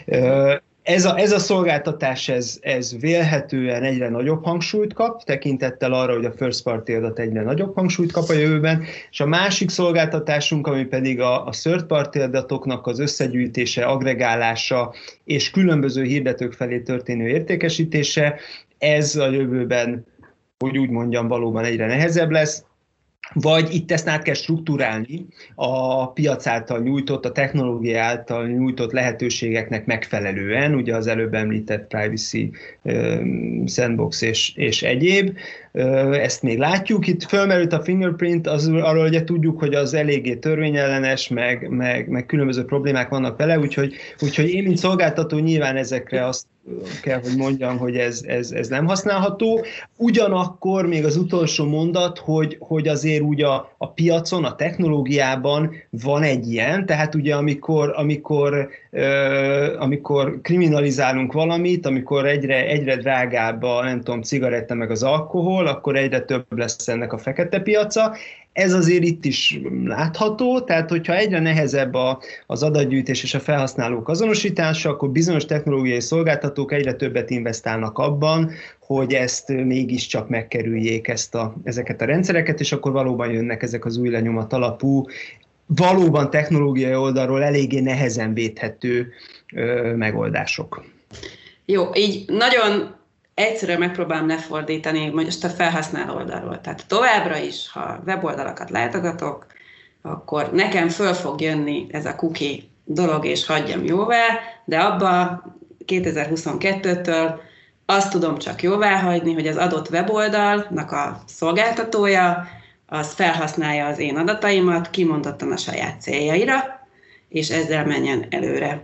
Ez a, ez a szolgáltatás, ez, ez vélhetően egyre nagyobb hangsúlyt kap, tekintettel arra, hogy a first party adat egyre nagyobb hangsúlyt kap a jövőben, és a másik szolgáltatásunk, ami pedig a, a third party adatoknak az összegyűjtése, agregálása és különböző hirdetők felé történő értékesítése, ez a jövőben, hogy úgy mondjam, valóban egyre nehezebb lesz. Vagy itt ezt át kell struktúrálni a piac által nyújtott, a technológia által nyújtott lehetőségeknek megfelelően, ugye az előbb említett privacy, sandbox és, és egyéb. Ezt még látjuk. Itt fölmerült a fingerprint, az, arról ugye tudjuk, hogy az eléggé törvényellenes, meg, meg, meg különböző problémák vannak vele, úgyhogy, úgyhogy én, mint szolgáltató, nyilván ezekre azt kell, hogy mondjam, hogy ez, ez, ez nem használható. Ugyanakkor még az utolsó mondat, hogy, hogy azért ugye a, a piacon, a technológiában van egy ilyen, tehát ugye amikor, amikor, euh, amikor kriminalizálunk valamit, amikor egyre, egyre drágább a, nem tudom, cigaretta meg az alkohol, akkor egyre több lesz ennek a fekete piaca. Ez azért itt is látható, tehát hogyha egyre nehezebb a, az adatgyűjtés és a felhasználók azonosítása, akkor bizonyos technológiai szolgáltatók egyre többet investálnak abban, hogy ezt mégiscsak megkerüljék ezt a, ezeket a rendszereket, és akkor valóban jönnek ezek az új lenyomat alapú, valóban technológiai oldalról eléggé nehezen védhető ö, megoldások. Jó, így nagyon egyszerűen megpróbálom lefordítani most a felhasználó oldalról. Tehát továbbra is, ha weboldalakat látogatok, akkor nekem föl fog jönni ez a cookie dolog, és hagyjam jóvá, de abba kétezer-huszonkettőtől azt tudom csak jóvá hagyni, hogy az adott weboldalnak a szolgáltatója az felhasználja az én adataimat, kimondottan a saját céljaira, és ezzel menjen előre.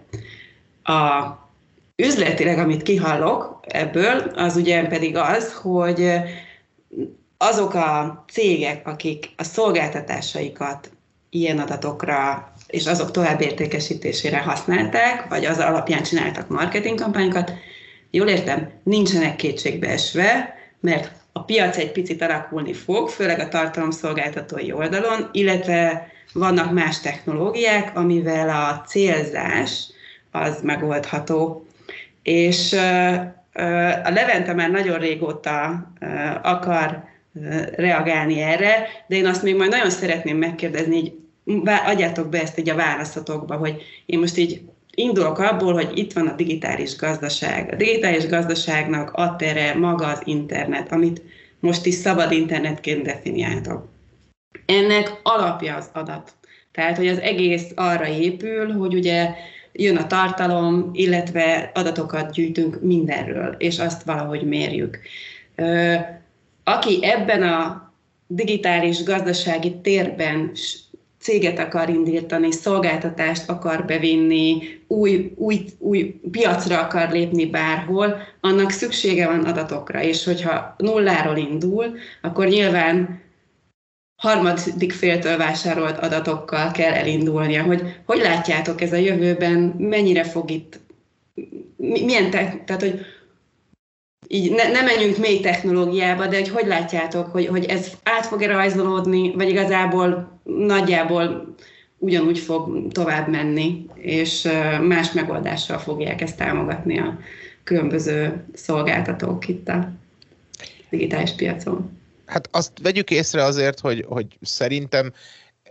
A üzletileg, amit kihallok ebből, az ugye pedig az, hogy azok a cégek, akik a szolgáltatásaikat ilyen adatokra és azok továbbértékesítésére használták, vagy az alapján csináltak marketingkampányokat, jól értem, nincsenek kétségbeesve, mert a piac egy picit alakulni fog, főleg a tartalomszolgáltatói oldalon, illetve vannak más technológiák, amivel a célzás az megoldható. És a Levente már nagyon régóta akar reagálni erre, de én azt még majd nagyon szeretném megkérdezni, így adjátok be ezt így a válaszatokba, hogy én most így indulok abból, hogy itt van a digitális gazdaság. A digitális gazdaságnak a tere maga az internet, amit most is szabad internetként definiáltok. Ennek alapja az adat. Tehát, hogy az egész arra épül, hogy ugye jön a tartalom, illetve adatokat gyűjtünk mindenről, és azt valahogy mérjük. Aki ebben a digitális gazdasági térben céget akar indítani, szolgáltatást akar bevinni, új, új, új piacra akar lépni bárhol, annak szüksége van adatokra, és hogyha nulláról indul, akkor nyilván harmadik féltől vásárolt adatokkal kell elindulnia. Hogy, hogy látjátok ez a jövőben, mennyire fog itt, milyen, te, tehát hogy így ne, ne menjünk mély technológiába, de hogy hogy látjátok, hogy, hogy ez át fog-e rajzolódni, vagy igazából nagyjából ugyanúgy fog tovább menni, és más megoldással fogják ezt támogatni a különböző szolgáltatók itt a digitális piacon. Hát azt vegyük észre azért, hogy, hogy szerintem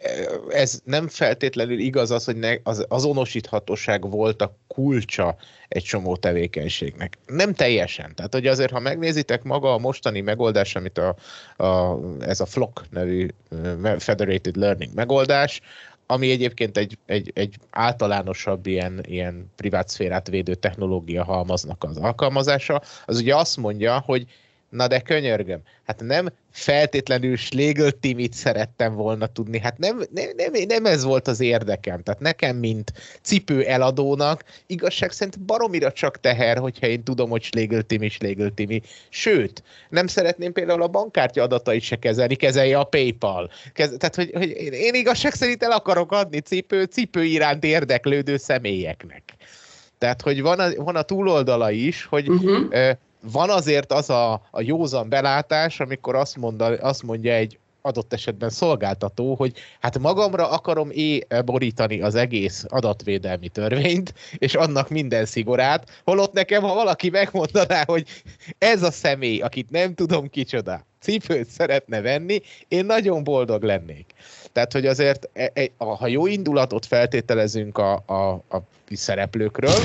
ez nem feltétlenül igaz az, hogy ne, az azonosíthatóság volt a kulcsa egy csomó tevékenységnek. Nem teljesen. Tehát, hogy azért, ha megnézitek maga a mostani megoldás, amit a, a, ez a Flock nevű Federated Learning megoldás, ami egyébként egy, egy, egy általánosabb ilyen, ilyen privát szférát védő technológia halmaznak az alkalmazása, az ugye azt mondja, hogy na de könyörgöm, hát nem feltétlenül Schlegel-Timit szerettem volna tudni, hát nem, nem, nem, nem ez volt az érdekem. Tehát nekem, mint cipő eladónak, igazság szerint baromira csak teher, hogyha én tudom, hogy Schlegel-Timi, Schlegel-Timi. Sőt, nem szeretném például a bankkártya adatait se kezelni, kezelje a PayPal. Kez, tehát, hogy, hogy én igazság szerint el akarok adni cipő, cipő iránt érdeklődő személyeknek. Tehát, hogy van a, van a túloldala is, hogy uh-huh. uh, van azért az a, a józan belátás, amikor azt, monda, azt mondja egy adott esetben szolgáltató, hogy hát magamra akarom é-borítani az egész adatvédelmi törvényt, és annak minden szigorát, holott nekem, ha valaki megmondaná, hogy ez a személy, akit nem tudom kicsoda, cipőt szeretne venni, én nagyon boldog lennék. Tehát, hogy azért, ha jó indulatot feltételezünk a, a, a szereplőkről,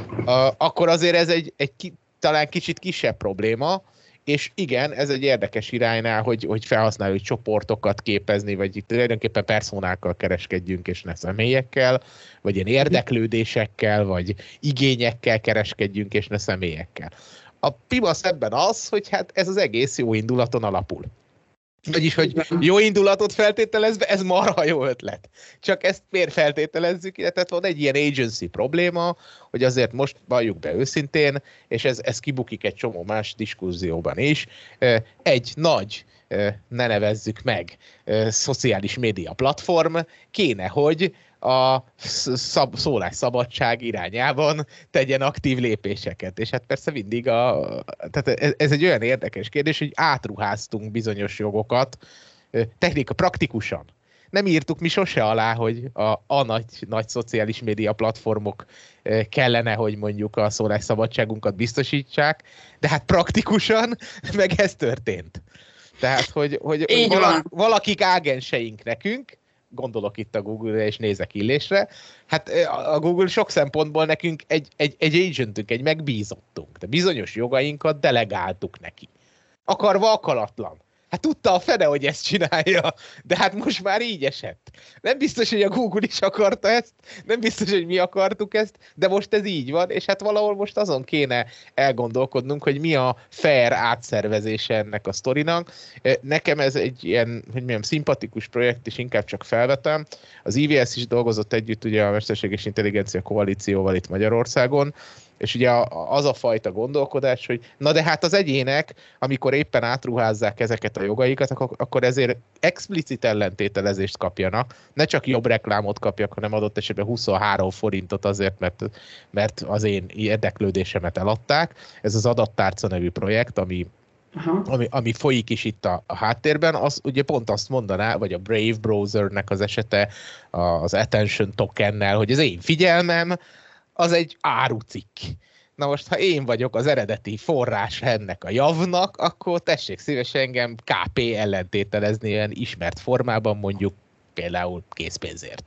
akkor azért ez egy, egy talán kicsit kisebb probléma, és igen, ez egy érdekes iránynál, hogy, hogy felhasználói csoportokat képezni, vagy itt tulajdonképpen personákkal kereskedjünk, és ne személyekkel, vagy ilyen érdeklődésekkel, vagy igényekkel kereskedjünk, és ne személyekkel. A pimasz ebben az, hogy hát ez az egész jó indulaton alapul. Vagyis, hogy jó indulatot feltételezve, ez marha jó ötlet. Csak ezt miért feltételezzük, illetve van egy ilyen agency probléma, hogy azért most valljuk be őszintén, és ez, ez kibukik egy csomó más diskurzióban is, egy nagy, ne nevezzük meg, szociális média platform kéne, hogy a szab- szólásszabadság irányában tegyen aktív lépéseket. És hát persze mindig a... Tehát ez, ez egy olyan érdekes kérdés, hogy átruháztunk bizonyos jogokat technika praktikusan. Nem írtuk mi sose alá, hogy a, a nagy, nagy szociális média platformok kellene, hogy mondjuk a szólásszabadságunkat biztosítsák, de hát praktikusan meg ez történt. Tehát, hogy, hogy vala, valakik ágenseink nekünk, gondolok itt a Google-re, és nézek Illésre, hát a Google sok szempontból nekünk egy, egy, egy agentünk, egy megbízottunk, de bizonyos jogainkat delegáltuk neki. Akarva akaratlan. Hát tudta a fene, hogy ezt csinálja, de hát most már így esett. Nem biztos, hogy a Google is akarta ezt, nem biztos, hogy mi akartuk ezt, de most ez így van, és hát valahol most azon kéne elgondolkodnunk, hogy mi a fair átszervezése ennek a sztorinak. Nekem ez egy ilyen, hogy mondjam, szimpatikus projekt, és inkább csak felvetem. Az i vé es is dolgozott együtt ugye a Mesterséges Intelligencia Koalícióval itt Magyarországon, és ugye az a fajta gondolkodás, hogy na de hát az egyének, amikor éppen átruházzák ezeket a jogaikat, akkor ezért explicit ellentételezést kapjanak, ne csak jobb reklámot kapjak, hanem adott esetben huszonhárom forintot azért, mert, mert az én érdeklődésemet eladták. Ez az Adattárca nevű projekt, ami Ami, ami folyik is itt a, a háttérben, az ugye pont azt mondaná, vagy a Brave browsernek az esete, az Attention tokennel, hogy az én figyelmem, az egy árucikk. Na most, ha én vagyok az eredeti forrás ennek a javnak, akkor tessék szívesen engem ká pé ellentételezni olyan ismert formában, mondjuk például készpénzért.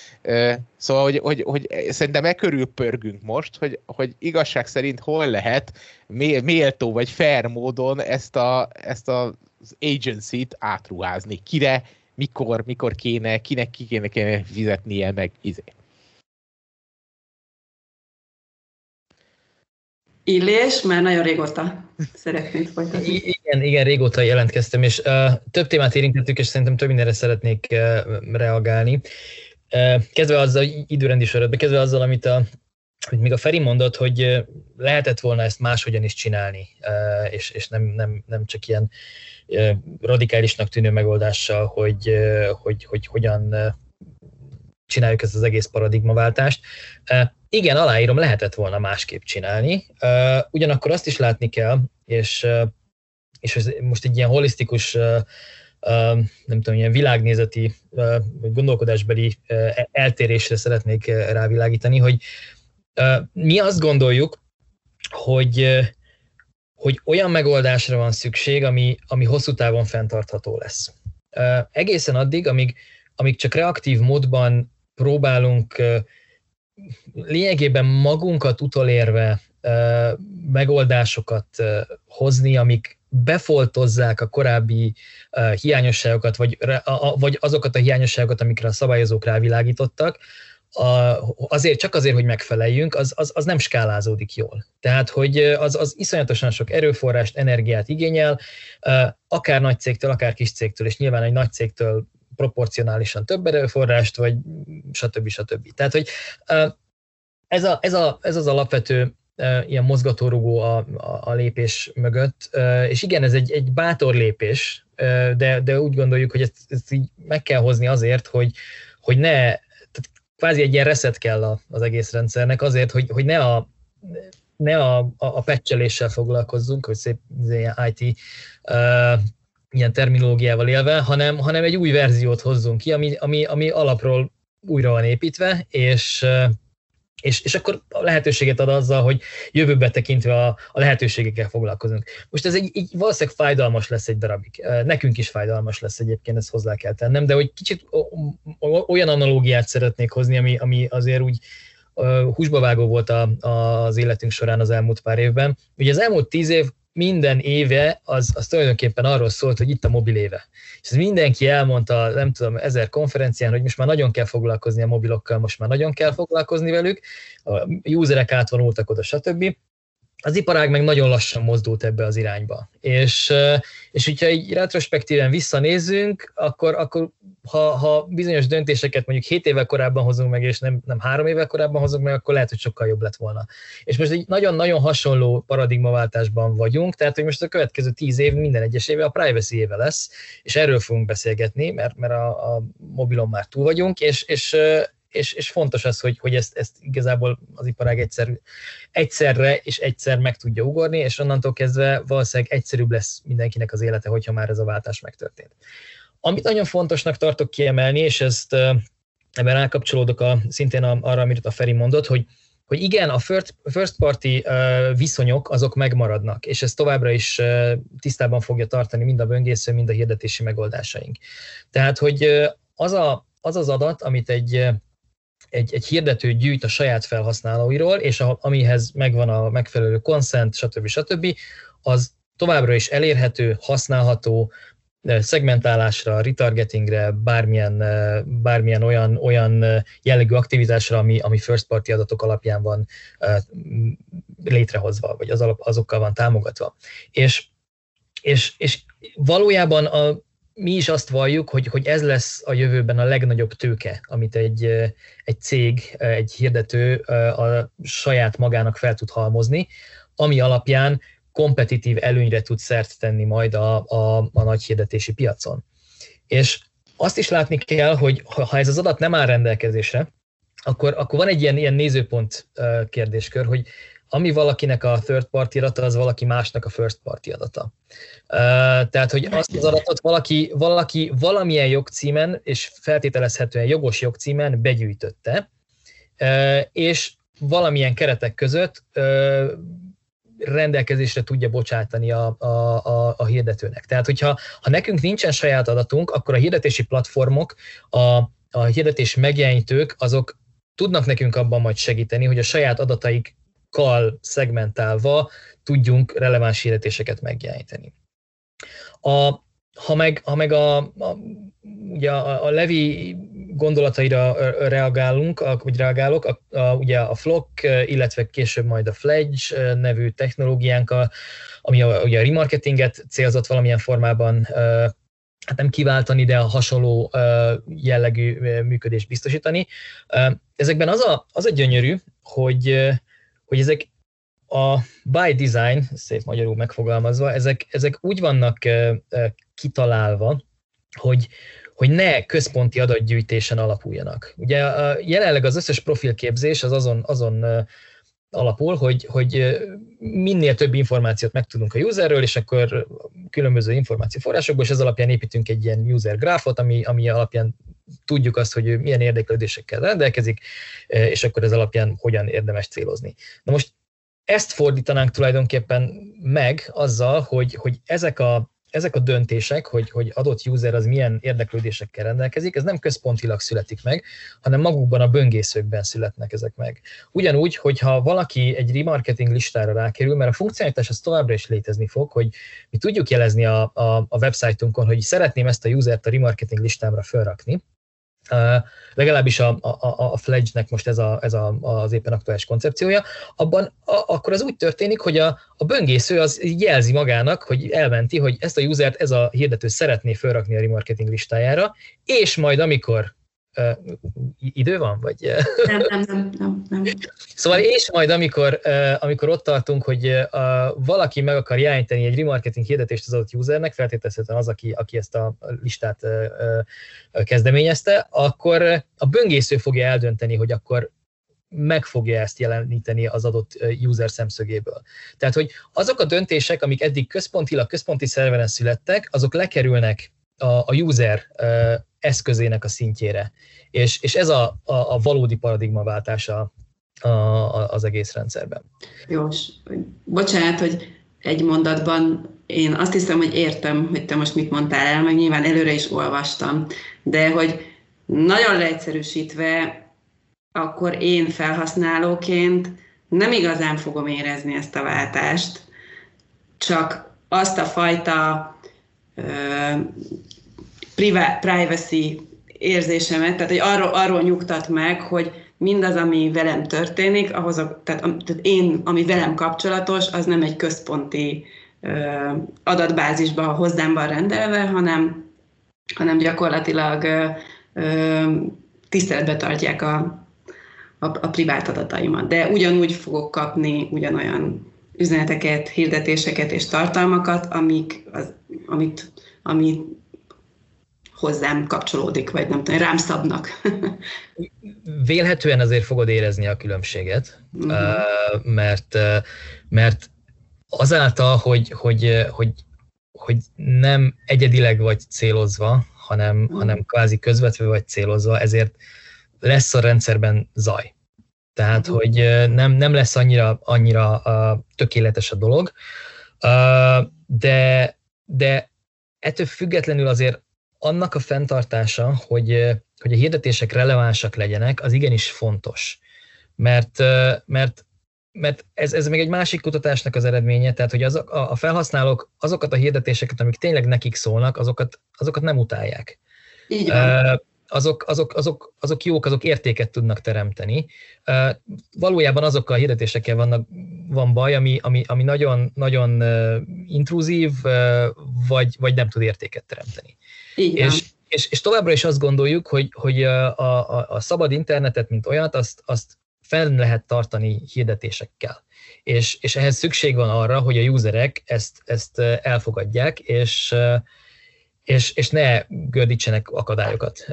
Szóval, hogy, hogy, hogy szerintem e körül pörgünk most, hogy, hogy igazság szerint hol lehet méltó vagy fair módon ezt, a, ezt az agency-t átruházni. Kire, mikor, mikor kéne, kinek ki kéne, kéne fizetnie, meg izé. Illés, már nagyon régóta szeretnénk folytatni. Igen, igen, régóta jelentkeztem, és uh, több témát érintettük, és szerintem több mindenre szeretnék uh, reagálni. Uh, kezdve azzal, időrendi sorozatban, kezdve azzal, amit a, hogy még a Feri mondott, hogy uh, lehetett volna ezt máshogyan is csinálni, uh, és, és nem, nem, nem csak ilyen uh, radikálisnak tűnő megoldással, hogy, uh, hogy, hogy hogyan uh, csináljuk ezt az egész paradigmaváltást. Uh, igen, aláírom, lehetett volna másképp csinálni. Uh, ugyanakkor azt is látni kell, és, uh, és ez most egy ilyen holisztikus, uh, uh, nem tudom, ilyen világnézeti, uh, vagy gondolkodásbeli uh, eltérésre szeretnék uh, rávilágítani, hogy uh, mi azt gondoljuk, hogy, uh, hogy olyan megoldásra van szükség, ami, ami hosszú távon fenntartható lesz. Uh, egészen addig, amíg amíg csak reaktív módban próbálunk lényegében magunkat utolérve megoldásokat hozni, amik befoltozzák a korábbi hiányosságokat, vagy, vagy azokat a hiányosságokat, amikre a szabályozók rávilágítottak, azért, csak azért, hogy megfeleljünk, az, az, az nem skálázódik jól. Tehát, hogy az, az iszonyatosan sok erőforrást, energiát igényel, akár nagy cégtől, akár kis cégtől, és nyilván egy nagy cégtől proporcionálisan több erőforrást, vagy stb. stb. Tehát, hogy ez, a, ez, a, ez az alapvető ilyen mozgatórugó a, a, a lépés mögött, és igen, ez egy, egy bátor lépés, de, de úgy gondoljuk, hogy ezt, ezt így meg kell hozni azért, hogy, hogy ne, tehát kvázi egy ilyen reset kell az egész rendszernek azért, hogy, hogy ne a, ne a, a, a patcheléssel foglalkozzunk, hogy szép ilyen i té uh, ilyen terminológiával élve, hanem, hanem egy új verziót hozzunk ki, ami, ami, ami alapról újra van építve, és És, és akkor a lehetőséget ad azzal, hogy jövőbe tekintve a, a lehetőségekkel foglalkozunk. Most ez egy, egy valószínűleg fájdalmas lesz egy darabig. Nekünk is fájdalmas lesz egyébként, ezt hozzá kell tennem, de hogy kicsit olyan analógiát szeretnék hozni, ami, ami azért úgy húsba vágó volt a, a, az életünk során az elmúlt pár évben. Ugye az elmúlt tíz év minden éve az, az tulajdonképpen arról szólt, hogy itt a mobil éve. És ez mindenki elmondta, nem tudom, ezer konferencián, hogy most már nagyon kell foglalkozni a mobilokkal, most már nagyon kell foglalkozni velük, a userek átvonultak oda, stb. Az iparág meg nagyon lassan mozdult ebbe az irányba. És, és hogyha így retrospektíven visszanézzünk, akkor, akkor ha, ha bizonyos döntéseket mondjuk hét évvel korábban hozunk meg, és nem, nem három évvel korábban hozunk meg, akkor lehet, hogy sokkal jobb lett volna. És most egy nagyon-nagyon hasonló paradigmaváltásban vagyunk, tehát hogy most a következő tíz év minden egyes éve a privacy éve lesz, és erről fogunk beszélgetni, mert, mert a, a mobilon már túl vagyunk, és, és És, és fontos az, hogy, hogy ezt, ezt igazából az iparág egyszer, egyszerre és egyszer meg tudja ugorni, és onnantól kezdve valószínűleg egyszerűbb lesz mindenkinek az élete, hogyha már ez a váltás megtörtént. Amit nagyon fontosnak tartok kiemelni, és ezt ebben rákapcsolódok a, szintén arra, amit a Feri mondott, hogy, hogy igen, a first party viszonyok azok megmaradnak, és ez továbbra is tisztában fogja tartani mind a böngésző, mind a hirdetési megoldásaink. Tehát, hogy az a, az, az adat, amit egy Egy, egy hirdető gyűjt a saját felhasználóiról, és a, amihez megvan a megfelelő consent, stb. stb., az továbbra is elérhető, használható, szegmentálásra, retargetingre, bármilyen, bármilyen olyan, olyan jellegű aktivitásra, ami, ami first party adatok alapján van létrehozva, vagy az alap, azokkal van támogatva. És, és, és valójában a mi is azt valljuk, hogy, hogy ez lesz a jövőben a legnagyobb tőke, amit egy, egy cég, egy hirdető a saját magának fel tud halmozni, ami alapján kompetitív előnyre tud szert tenni majd a, a, a nagy hirdetési piacon. És azt is látni kell, hogy ha ez az adat nem áll rendelkezésre, akkor, akkor van egy ilyen, ilyen nézőpont kérdéskör, hogy ami valakinek a third party adata, az valaki másnak a first party adata. Uh, tehát, hogy azt az adatot valaki, valaki valamilyen jogcímen, és feltételezhetően jogos jogcímen begyűjtötte, uh, és valamilyen keretek között uh, rendelkezésre tudja bocsátani a, a, a, a hirdetőnek. Tehát, hogyha ha nekünk nincsen saját adatunk, akkor a hirdetési platformok, a, a hirdetés megjelenítők, azok tudnak nekünk abban majd segíteni, hogy a saját adataik kal szegmentálva tudjunk releváns hirdetéseket megjeleníteni. A, ha meg, ha meg a, a, ugye a, a Levi gondolataira reagálunk, vagy reagálok, a, a, ugye a Flock, illetve később majd a Fledge nevű technológiánk, a, ami a, ugye a remarketinget célzott valamilyen formában, hát nem kiváltani, de a hasonló jellegű működést biztosítani. Ezekben az a, az a gyönyörű, hogy hogy ezek a by design, szép magyarul megfogalmazva, ezek, ezek úgy vannak kitalálva, hogy, hogy ne központi adatgyűjtésen alapuljanak. Ugye jelenleg az összes profilképzés az azon, azon alapul, hogy, hogy minél több információt megtudunk a userről, és akkor különböző információforrásokból, és ez alapján építünk egy ilyen user gráfot, ami, ami alapján tudjuk azt, hogy ő milyen érdeklődésekkel rendelkezik, és akkor ez alapján hogyan érdemes célozni. Na most ezt fordítanánk tulajdonképpen meg azzal, hogy, hogy ezek a ezek a döntések, hogy, hogy adott user az milyen érdeklődésekkel rendelkezik, ez nem központilag születik meg, hanem magukban a böngészőkben születnek ezek meg. Ugyanúgy, hogyha valaki egy remarketing listára rákerül, mert a funkcionalitás az továbbra is létezni fog, hogy mi tudjuk jelezni a, a, a websájtunkon, hogy szeretném ezt a usert a remarketing listámra felrakni, Uh, legalábbis a, a, a Fledge-nek most ez, a, ez a, az éppen aktuális koncepciója, abban a, akkor az úgy történik, hogy a, a böngésző az jelzi magának, hogy elmenti, hogy ezt a usert ez a hirdető szeretné felrakni a remarketing listájára, és majd amikor uh, idő van? Vagy, nem, nem, nem, nem, nem. Szóval és majd amikor, uh, amikor ott tartunk, hogy uh, valaki meg akar jelenteni egy remarketing hirdetést az adott usernek, feltételezhetően az, aki, aki ezt a listát uh, uh, kezdeményezte, akkor a böngésző fogja eldönteni, hogy akkor meg fogja ezt jeleníteni az adott user szemszögéből. Tehát, hogy azok a döntések, amik eddig központilag, központi szerveren születtek, azok lekerülnek a, a user uh, eszközének a szintjére. És, és ez a, a, a valódi paradigmaváltása a, a, az egész rendszerben. Jó, bocsánat, hogy egy mondatban én azt hiszem, hogy értem, hogy te most mit mondtál el, meg nyilván előre is olvastam, de hogy nagyon leegyszerűsítve, akkor én felhasználóként nem igazán fogom érezni ezt a váltást, csak azt a fajta uh, privacy érzésemet, tehát hogy arról, arról nyugtat meg, hogy mindaz, ami velem történik, ahhoz a, tehát, tehát én, ami velem kapcsolatos, az nem egy központi uh, adatbázisba hozzám van rendelve, hanem, hanem gyakorlatilag uh, uh, tiszteletbe tartják a, a, a privát adataimat. De ugyanúgy fogok kapni ugyanolyan üzeneteket, hirdetéseket és tartalmakat, amik, az, amit, amit hozzám kapcsolódik, vagy nem tudom, rám szabnak. Vélhetően azért fogod érezni a különbséget, uh-huh. mert, mert azáltal, hogy, hogy, hogy, hogy nem egyedileg vagy célozva, hanem, uh-huh. hanem kvázi közvetve vagy célozva, ezért lesz a rendszerben zaj. Tehát, uh-huh. hogy nem, nem lesz annyira, annyira tökéletes a dolog, de, de ettől függetlenül azért annak a fenntartása, hogy, hogy a hirdetések relevánsak legyenek, az igenis fontos. Mert, mert, mert ez, ez még egy másik kutatásnak az eredménye, tehát hogy azok, a felhasználók azokat a hirdetéseket, amik tényleg nekik szólnak, azokat, azokat nem utálják. Így van. Azok, azok, azok, azok jók, azok értéket tudnak teremteni. Valójában azokkal a hirdetésekkel vannak, van baj, ami, ami, ami nagyon, nagyon intruzív, vagy, vagy nem tud értéket teremteni. És, és, és továbbra is azt gondoljuk, hogy, hogy a, a, a szabad internetet, mint olyat, azt, azt fenn lehet tartani hirdetésekkel. És, és ehhez szükség van arra, hogy a userek ezt, ezt elfogadják, és, és, és ne gördítsenek akadályokat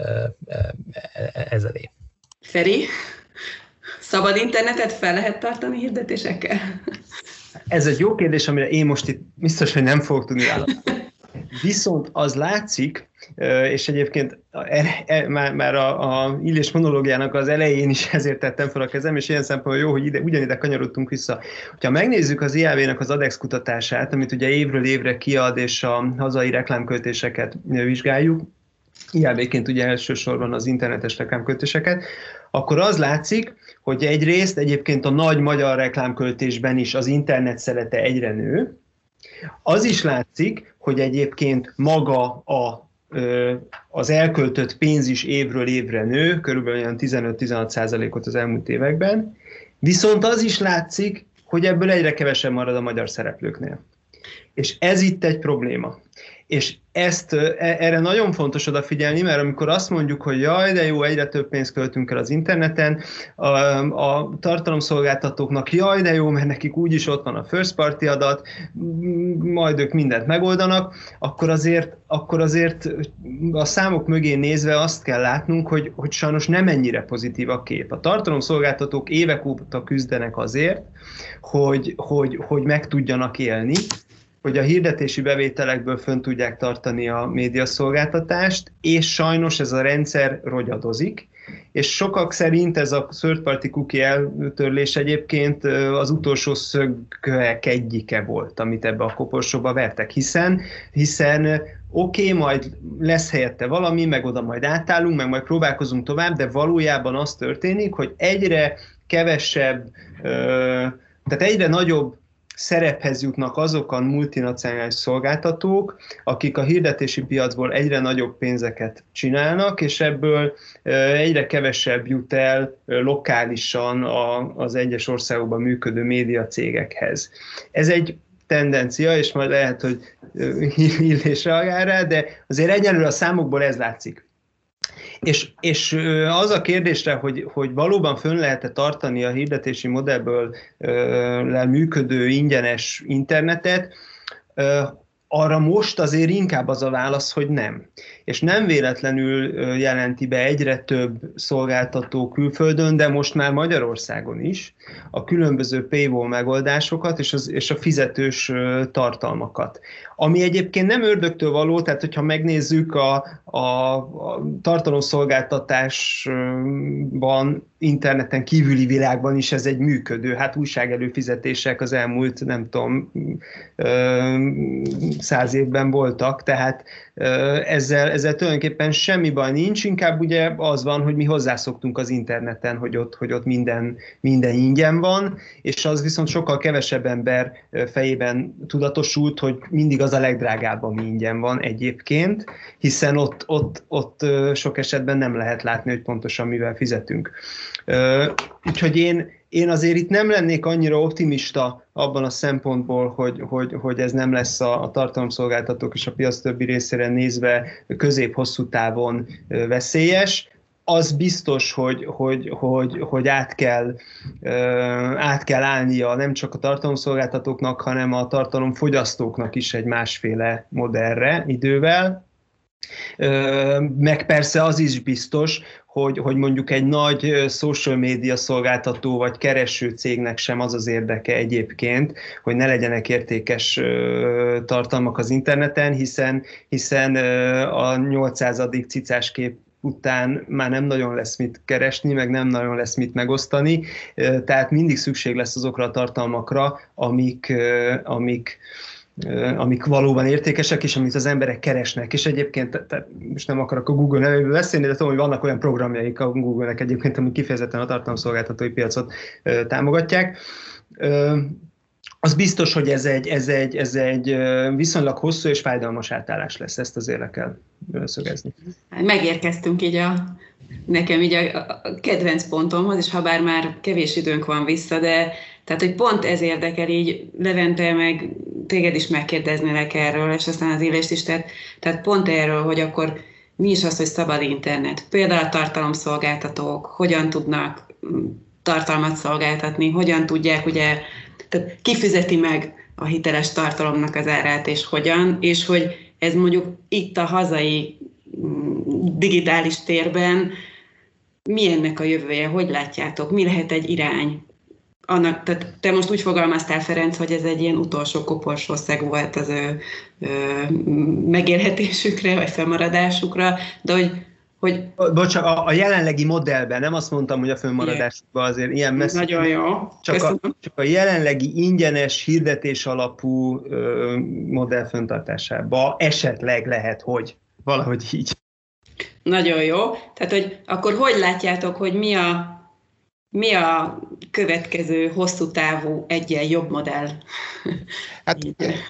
ez elé. Feri, szabad internetet fel lehet tartani hirdetésekkel? Ez egy jó kérdés, amire én most itt biztos, hogy nem fogok tudni válaszolni. Viszont az látszik, és egyébként már, már a, a Illés monológiának az elején is ezért tettem fel a kezem, és ilyen szempontból jó, hogy ide, ugyanide kanyarodtunk vissza. Ha megnézzük az i á vé-nek az Adex kutatását, amit ugye évről évre kiad, és a hazai reklámköltéseket vizsgáljuk, i á vé-ként ugye elsősorban az internetes reklámköltéseket, akkor az látszik, hogy egyrészt egyébként a nagy magyar reklámköltésben is az internet szerete egyre nő. Az is látszik, hogy egyébként maga a, az elköltött pénz is évről évre nő, körülbelül olyan tizenöt-tizenhat százalékot az elmúlt években, viszont az is látszik, hogy ebből egyre kevesebb marad a magyar szereplőknél. És ez itt egy probléma. És ezt, erre nagyon fontos odafigyelni, mert amikor azt mondjuk, hogy jaj, de jó, egyre több pénzt költünk el az interneten, a, a tartalomszolgáltatóknak jaj, de jó, mert nekik úgyis ott van a first party adat, majd ők mindent megoldanak, akkor azért, akkor azért a számok mögé nézve azt kell látnunk, hogy, hogy sajnos nem ennyire pozitív a kép. A tartalomszolgáltatók évek óta küzdenek azért, hogy, hogy, hogy meg tudjanak élni, hogy a hirdetési bevételekből fönn tudják tartani a médiaszolgáltatást, és sajnos ez a rendszer rogyadozik, És sokak szerint ez a third party cookie eltörlés egyébként az utolsó szögek egyike volt, amit ebbe a koporsóba vertek, hiszen, hiszen oké, okay, majd lesz helyette valami, meg oda majd átállunk, meg majd próbálkozunk tovább, de valójában az történik, hogy egyre kevesebb, tehát egyre nagyobb szerephez jutnak azok a multinacionális szolgáltatók, akik a hirdetési piacból egyre nagyobb pénzeket csinálnak, és ebből egyre kevesebb jut el lokálisan az egyes országokban működő médiacégekhez. Ez egy tendencia, és majd lehet, hogy Illés reagál rá, de azért egyelőre a számokból ez látszik. És, és az a kérdésre, hogy, hogy valóban fönn lehet-e tartani a hirdetési modellből uh, működő ingyenes internetet, uh, arra most azért inkább az a válasz, hogy nem. És nem véletlenül jelenti be egyre több szolgáltató külföldön, de most már Magyarországon is a különböző paywall megoldásokat és, az, és a fizetős tartalmakat. Ami egyébként nem ördögtől való, tehát hogyha megnézzük a, a, a tartalomszolgáltatásban, interneten kívüli világban is ez egy működő, hát újságelőfizetések az elmúlt, nem tudom, száz évben voltak, tehát ezzel, ezzel tulajdonképpen semmi baj nincs, inkább ugye az van, hogy mi hozzászoktunk az interneten, hogy ott, hogy ott minden, minden ingyen van, és az viszont sokkal kevesebb ember fejében tudatosult, hogy mindig az a legdrágább, ami ingyen van egyébként, hiszen ott, ott, ott sok esetben nem lehet látni, hogy pontosan mivel fizetünk. Úgyhogy én Én azért itt nem lennék annyira optimista abban a szempontból, hogy, hogy, hogy ez nem lesz a, a tartalomszolgáltatók és a piac többi részére nézve közép-hosszú távon veszélyes. Az biztos, hogy, hogy, hogy, hogy át, kell, át kell állnia nem csak a tartalomszolgáltatóknak, hanem a tartalomfogyasztóknak is egy másféle modellre idővel. Meg persze az is biztos, hogy, hogy mondjuk egy nagy social media szolgáltató vagy kereső cégnek sem az az érdeke egyébként, hogy ne legyenek értékes tartalmak az interneten, hiszen, hiszen a nyolcszázadik cicás kép után már nem nagyon lesz mit keresni, meg nem nagyon lesz mit megosztani, tehát mindig szükség lesz azokra a tartalmakra, amik, amik amik valóban értékesek, és amit az emberek keresnek. És egyébként, tehát most nem akarok a Google nevéből beszélni, de tudom, hogy vannak olyan programjaik a Google-nek egyébként, amik kifejezetten a tartalomszolgáltatói piacot ö, támogatják. Ö, az biztos, hogy ez egy, ez, egy, ez egy viszonylag hosszú és fájdalmas átállás lesz, ezt azért le kell szögezni. Megérkeztünk így a, nekem így a, a kedvenc pontomhoz, és ha bár már kevés időnk van vissza, de tehát, hogy pont ez érdekel így, Levente, meg téged is megkérdeznélek erről, és aztán az Illést is, tehát, tehát pont erről, hogy akkor mi is az, hogy szabad internet. Például a tartalomszolgáltatók hogyan tudnak tartalmat szolgáltatni, hogyan tudják, ugye, tehát ki fizeti meg a hiteles tartalomnak az árát, és hogyan, és hogy ez mondjuk itt a hazai digitális térben mi ennek a jövője, hogy látjátok, mi lehet egy irány? Annak, tehát te most úgy fogalmaztál, Ferenc, hogy ez egy ilyen utolsó koporsószeg volt az ő, ő megélhetésükre, vagy fennmaradásukra, de hogy... hogy... Bocsánat, a, a jelenlegi modellben, nem azt mondtam, hogy a fennmaradásukban azért ilyen messze... Nagyon jó. Csak a, csak a jelenlegi ingyenes hirdetés alapú ö, modell fenntartásában esetleg lehet, hogy valahogy így. Nagyon jó. Tehát, hogy akkor hogy látjátok, hogy mi a Mi a következő hosszú távú egyen jobb modell? Hát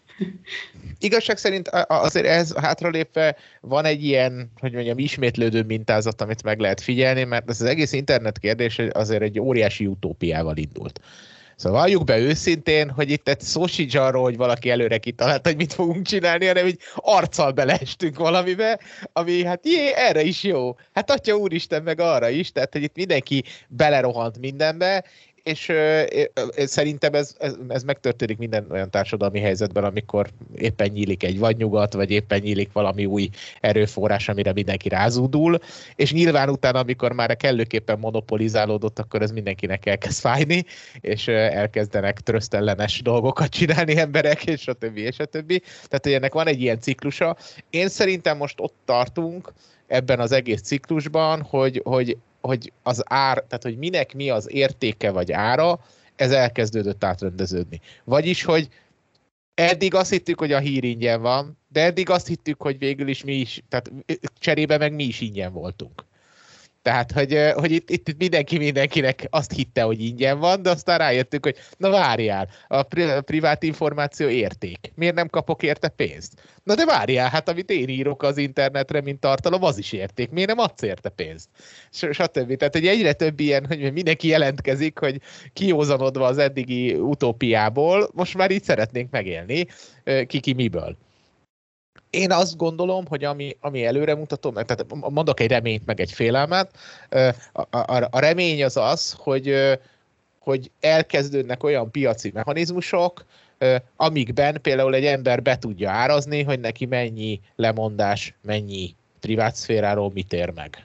igazság szerint azért ez hátralépve van egy ilyen, hogy mondjam, ismétlődő mintázat, amit meg lehet figyelni, mert ez az egész internet kérdés azért egy óriási utópiával indult. Szóval valljuk be őszintén, hogy itt egy szó sincs arról, hogy valaki előre kitalált, hogy mit fogunk csinálni, hanem így arccal beleestünk valamibe, ami hát jé, erre is jó. Hát atya úristen, meg arra is, tehát hogy itt mindenki belerohant mindenbe, és ö, ö, szerintem ez, ez, ez megtörténik minden olyan társadalmi helyzetben, amikor éppen nyílik egy vadnyugat, vagy éppen nyílik valami új erőforrás, amire mindenki rázúdul, és nyilván utána, amikor már kellőképpen monopolizálódott, akkor ez mindenkinek elkezd fájni, és ö, elkezdenek trösztellenes dolgokat csinálni emberek, és a többi, és a többi. Tehát, hogy ennek van egy ilyen ciklusa. Én szerintem most ott tartunk, ebben az egész ciklusban, hogy, hogy hogy az ár, tehát hogy minek mi az értéke vagy ára, ez elkezdődött átrendeződni. Vagyis, hogy eddig azt hittük, hogy a hír ingyen van, de eddig azt hittük, hogy végül is mi is, tehát cserébe meg mi is ingyen voltunk. Tehát, hogy, hogy itt, itt mindenki mindenkinek azt hitte, hogy ingyen van, de aztán rájöttünk, hogy na várjál, a, pri- a privát információ érték. Miért nem kapok érte pénzt? Na de várjál, hát amit én írok az internetre, mint tartalom, az is érték. Miért nem adsz érte pénzt? Stb. Tehát, hogy egyre több ilyen, hogy mindenki jelentkezik, hogy kiózanodva az eddigi utópiából, most már így szeretnénk megélni, ki-ki miből. Én azt gondolom, hogy ami, ami előremutató, tehát mondok egy reményt, meg egy félelmet, a, a, a remény az az, hogy, hogy elkezdődnek olyan piaci mechanizmusok, amikben például egy ember be tudja árazni, hogy neki mennyi lemondás, mennyi privát szféráról mit ér meg.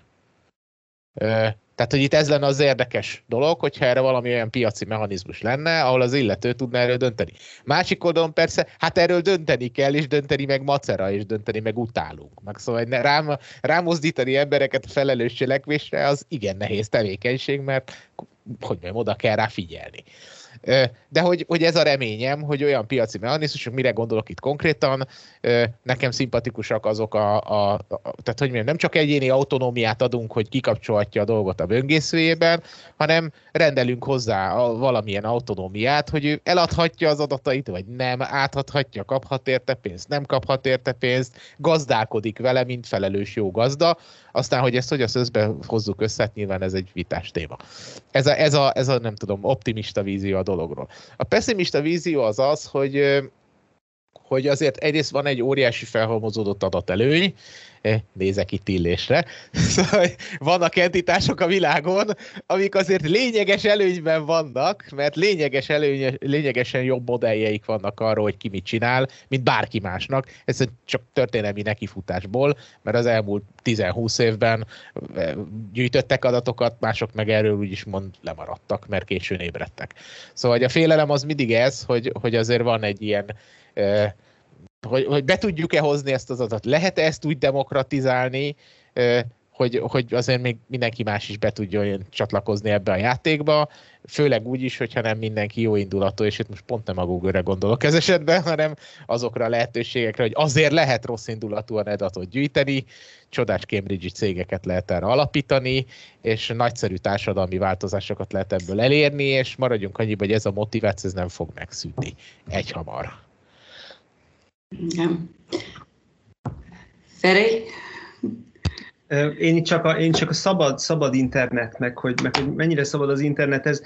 Tehát, hogy itt ez lenne az érdekes dolog, hogyha erre valami olyan piaci mechanizmus lenne, ahol az illető tudna erről dönteni. Másik oldalon persze, hát erről dönteni kell, és dönteni meg macera, és dönteni meg utálunk. Meg szóval rám, rámozdítani embereket a felelős cselekvésre, az igen nehéz tevékenység, mert hogy mondjam, oda kell rá figyelni. De hogy, hogy ez a reményem, hogy olyan piaci mechanizmusok, mire gondolok itt konkrétan, nekem szimpatikusak azok a, a, a tehát hogy mondjam, nem csak egyéni autonómiát adunk, hogy kikapcsolhatja a dolgot a böngészőjében, hanem rendelünk hozzá a, valamilyen autonómiát, hogy ő eladhatja az adatait, vagy nem, átadhatja, kaphat érte pénzt, nem kaphat érte pénzt, gazdálkodik vele, mint felelős jó gazda. Aztán, hogy ezt hogy azt összbe hozzuk össze, nyilván ez egy vitás téma. Ez a, ez, a, ez a, nem tudom, optimista vízió a dologról. A pessimista vízió az az, hogy, hogy azért egyrészt van egy óriási felhalmozódott adatelőny, nézek itt Illésre, szóval vannak entitások a világon, amik azért lényeges előnyben vannak, mert lényeges előny, lényegesen jobb modelljeik vannak arról, hogy ki mit csinál, mint bárki másnak. Ez csak történelmi nekifutásból, mert az elmúlt tíz-húsz évben gyűjtöttek adatokat, mások meg erről úgyis mond lemaradtak, mert későn ébredtek. Szóval a félelem az mindig ez, hogy, hogy azért van egy ilyen Hogy, hogy be tudjuk-e hozni ezt az adatot. Lehet-e ezt úgy demokratizálni, hogy, hogy azért még mindenki más is be tudjon csatlakozni ebbe a játékba, főleg úgy is, hogyha nem mindenki jó indulatú, és itt most pont nem a Google-re gondolok ez esetben, hanem azokra a lehetőségekre, hogy azért lehet rossz indulatúan adatot gyűjteni, csodás Cambridge-i cégeket lehet erre alapítani, és nagyszerű társadalmi változásokat lehet ebből elérni, és maradjunk annyiba, hogy ez a motiváció ez nem fog megszűnni egyhamar. Igen. Feri? Én csak a, én csak a szabad, szabad internet, meg hogy, meg hogy mennyire szabad az internet, ez,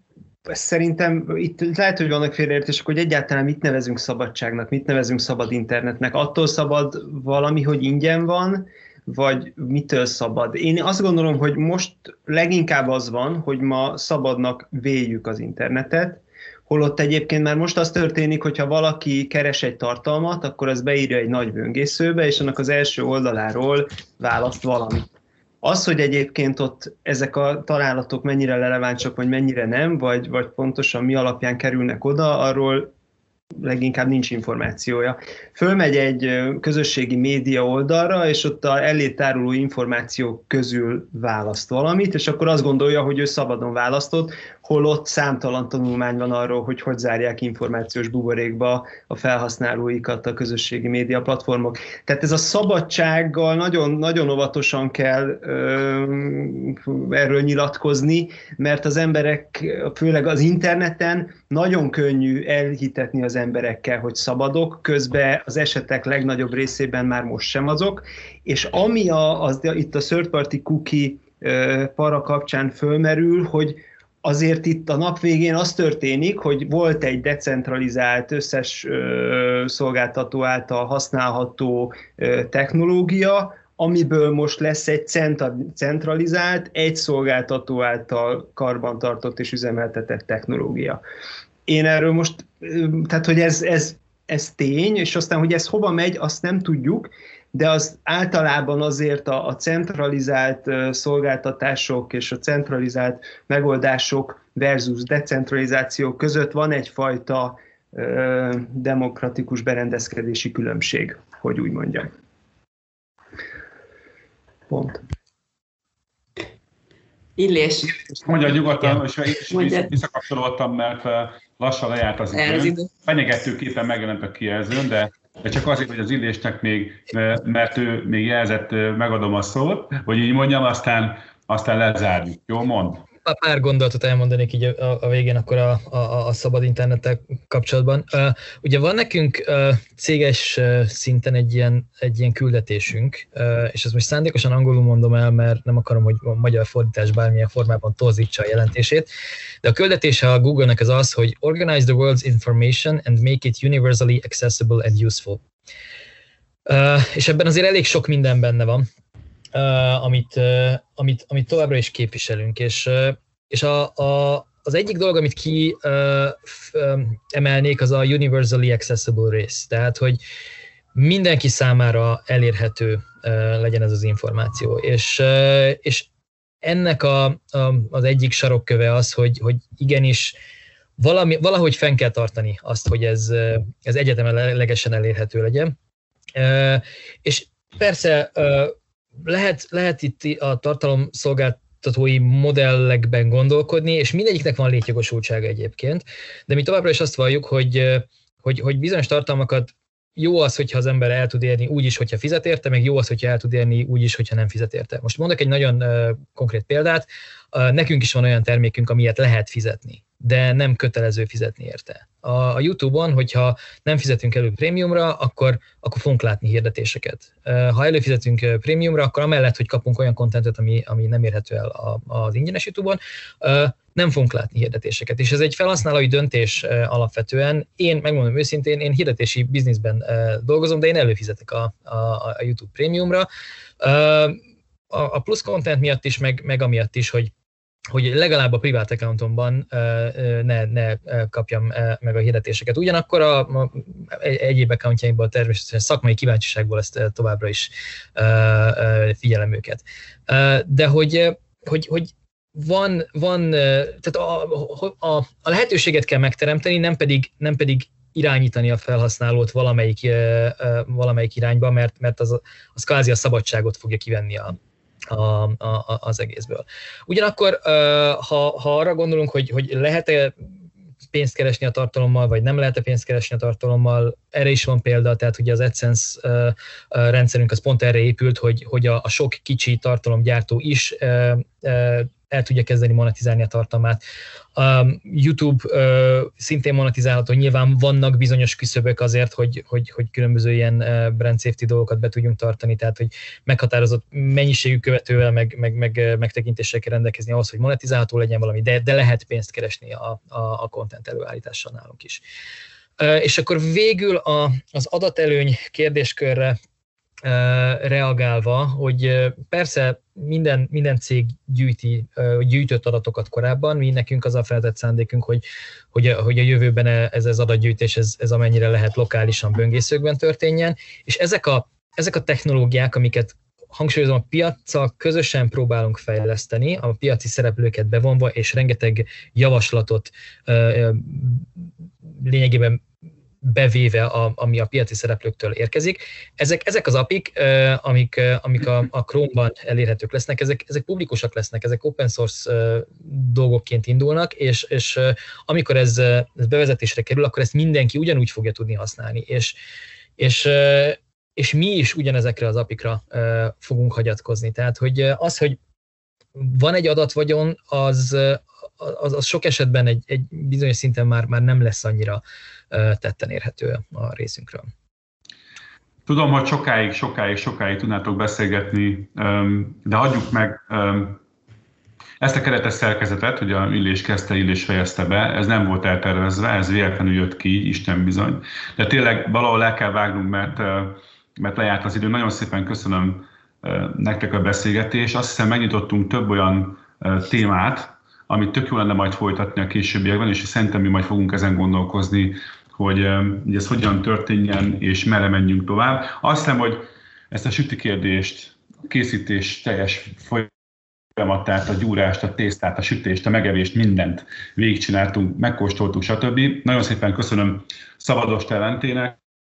ez szerintem itt lehet, hogy vannak félreértések, hogy egyáltalán mit nevezünk szabadságnak, mit nevezünk szabad internetnek. Attól szabad valami, hogy ingyen van, vagy mitől szabad? Én azt gondolom, hogy most leginkább az van, hogy ma szabadnak véljük az internetet, holott egyébként már most az történik, hogyha valaki keres egy tartalmat, akkor az beírja egy nagy böngészőbe, és annak az első oldaláról választ valamit. Az, hogy egyébként ott ezek a találatok mennyire relevánsak, vagy mennyire nem, vagy, vagy pontosan mi alapján kerülnek oda, arról leginkább nincs információja. Fölmegy egy közösségi média oldalra, és ott a elé táruló információk közül választ valamit, és akkor azt gondolja, hogy ő szabadon választott, holott számtalan tanulmány van arról, hogy hogy zárják információs buborékba a felhasználóikat a közösségi média platformok. Tehát ez a szabadsággal nagyon, nagyon óvatosan kell ö, erről nyilatkozni, mert az emberek, főleg az interneten nagyon könnyű elhitetni az emberekkel, hogy szabadok, közben az esetek legnagyobb részében már most sem azok, és ami a, az, itt a third party cookie ö, para kapcsán fölmerül, hogy azért itt a nap végén az történik, hogy volt egy decentralizált, összes ö, szolgáltató által használható ö, technológia, amiből most lesz egy centralizált, egy szolgáltató által karbantartott és üzemeltetett technológia. Én erről most, tehát hogy ez, ez, ez tény, és aztán, hogy ez hova megy, azt nem tudjuk, de az általában azért a, a centralizált szolgáltatások és a centralizált megoldások versus decentralizáció között van egyfajta ö, demokratikus berendezkedési különbség, hogy úgy mondjam. Pont. Illés. Mondja nyugodtan, és én is visszakapcsolódtam, mert lassan lejárt az idő. Fenyegetőképpen megjelent a kijelzőn, de, de csak azért, hogy az Illésnek még, mert ő még jelzett, megadom a szót, hogy így mondjam, aztán, aztán lezárjuk. Jó, mond? Pár gondolatot elmondanék így a, a végén akkor a, a, a szabad internettel kapcsolatban. Uh, ugye van nekünk uh, céges uh, szinten egy ilyen, egy ilyen küldetésünk, uh, és ezt most szándékosan angolul mondom el, mert nem akarom, hogy a magyar fordítás bármilyen formában torzítsa a jelentését, de a küldetése a Google-nek az az, hogy organize the world's information and make it universally accessible and useful. Uh, és ebben azért elég sok minden benne van. Uh, amit, uh, amit, amit továbbra is képviselünk. És, uh, és a, a, az egyik dolog, amit ki uh, f, um, emelnék, az a universally accessible rész. Tehát, hogy mindenki számára elérhető uh, legyen ez az információ. És, uh, és ennek a, a, az egyik sarokköve az, hogy, hogy igenis valami, valahogy fenn kell tartani azt, hogy ez, ez egyetemlegesen elérhető legyen. Uh, és persze uh, Lehet, lehet itt a tartalomszolgáltatói modellekben gondolkodni, és mindegyiknek van létjogosultsága egyébként, de mi továbbra is azt valljuk, hogy, hogy, hogy bizonyos tartalmakat jó az, hogyha az ember el tud érni úgy is, hogyha fizet érte, meg jó az, hogyha el tud érni úgy is, hogyha nem fizet érte. Most mondok egy nagyon uh, konkrét példát, uh, nekünk is van olyan termékünk, amilyet lehet fizetni, de nem kötelező fizetni érte. A, a YouTube-on, hogyha nem fizetünk elő prémiumra, akkor, akkor fogunk látni hirdetéseket. Ha előfizetünk prémiumra, akkor amellett, hogy kapunk olyan kontentet, ami, ami nem érhető el az ingyenes YouTube-on, nem fogunk látni hirdetéseket. És ez egy felhasználói döntés alapvetően. Én, megmondom őszintén, én hirdetési bizniszben dolgozom, de én előfizetek a, a, a YouTube prémiumra. A plusz content miatt is, meg, meg amiatt is, hogy hogy legalább a privát accountomban ne, ne kapjam meg a hirdetéseket. Ugyanakkor a, a egyéb accountjaimban természetesen szakmai kíváncsiságból ezt továbbra is figyelem őket. De hogy, hogy, hogy van, van tehát a, a, a lehetőséget kell megteremteni, nem pedig, nem pedig irányítani a felhasználót valamelyik, valamelyik irányba, mert, mert az, az kvázi a szabadságot fogja kivenni a A, a, az egészből. Ugyanakkor, ha, ha arra gondolunk, hogy, hogy lehet-e pénzt keresni a tartalommal, vagy nem lehet-e pénzt keresni a tartalommal, erre is van példa, tehát ugye az AdSense rendszerünk az pont erre épült, hogy, hogy a, a sok kicsi tartalomgyártó is el tudja kezdeni monetizálni a tartalmát. A YouTube uh, szintén monetizálható, nyilván vannak bizonyos küszöbök azért, hogy, hogy, hogy különböző ilyen brand safety dolgokat be tudjunk tartani, tehát hogy meghatározott mennyiségű követővel, meg, meg, meg megtekintéssel kell rendelkezni ahhoz, hogy monetizálható legyen valami, de, de lehet pénzt keresni a, a, a content előállítással nálunk is. Uh, és akkor végül a, az adatelőny kérdéskörre reagálva, hogy persze minden, minden cég gyűjti, gyűjtött adatokat korábban, mi nekünk az a feltett szándékunk, hogy, hogy, a, hogy a jövőben ez az adatgyűjtés, ez, ez amennyire lehet lokálisan böngészőkben történjen, és ezek a, ezek a technológiák, amiket hangsúlyozom, a piaccal közösen próbálunk fejleszteni, a piaci szereplőket bevonva, és rengeteg javaslatot lényegében bevéve, a, ami a piaci szereplőktől érkezik. Ezek, ezek az apik, amik, amik a, a Chrome-ban elérhetők lesznek, ezek, ezek publikusak lesznek, ezek open source dolgokként indulnak, és, és amikor ez, ez bevezetésre kerül, akkor ezt mindenki ugyanúgy fogja tudni használni. És, és, és mi is ugyanezekre az apikra fogunk hagyatkozni. Tehát hogy az, hogy van egy adatvagyon, az, az, az sok esetben egy, egy bizonyos szinten már, már nem lesz annyira tetten érhető a részünkről. Tudom, hogy sokáig, sokáig, sokáig tudnátok beszélgetni, de hagyjuk meg ezt a keretes szerkezetet, hogy a Illés kezdte, Illés fejezte be, ez nem volt eltervezve, ez véletlenül jött ki, Isten bizony. De tényleg valahol el kell vágnunk, mert, mert lejárt az idő. Nagyon szépen köszönöm nektek a beszélgetést. Azt hiszem, megnyitottunk több olyan témát, amit tök jó lenne majd folytatni a későbbiekben, és szerintem mi majd fogunk ezen gondolkozni, hogy, hogy ez hogyan történjen, és merre menjünk tovább. Azt hiszem, hogy ezt a süti kérdést, a készítés teljes folyamatát, a gyúrást, a tésztát, a sütést, a megevést, mindent végigcsináltunk, megkóstoltuk, stb. Nagyon szépen köszönöm Szabados Talentének,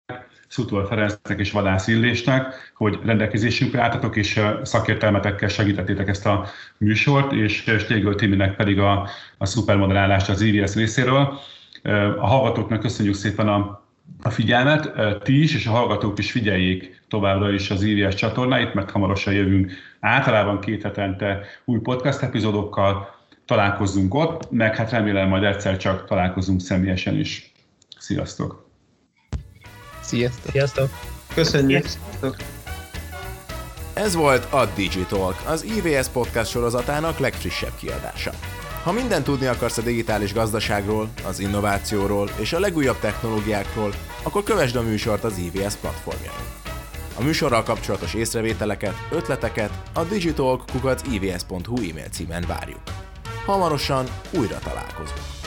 Szutól Ferencnek és Vadász Illésnek, hogy rendelkezésünkre álltatok, és szakértelmetekkel segítettétek ezt a műsort, és Stégöl Timinek pedig a, a szupermoderálást az i vé es részéről. A hallgatóknak köszönjük szépen a, a figyelmet, ti is, és a hallgatók is figyeljék továbbra is az i vé es csatornáit, mert hamarosan jövünk általában két hetente új podcast epizódokkal, találkozzunk ott, meg hát remélem majd egyszer csak találkozunk személyesen is. Sziasztok! Sziasztok! Sziasztok! Köszönjük! Sziasztok. Ez volt a Digitalk, az i vé es podcast sorozatának legfrissebb kiadása. Ha mindent tudni akarsz a digitális gazdaságról, az innovációról és a legújabb technológiákról, akkor kövesd a műsort az i vé es platformjain. A műsorral kapcsolatos észrevételeket, ötleteket a digitalk kukac i vé es pont hu e-mail címen várjuk. Hamarosan újra találkozunk.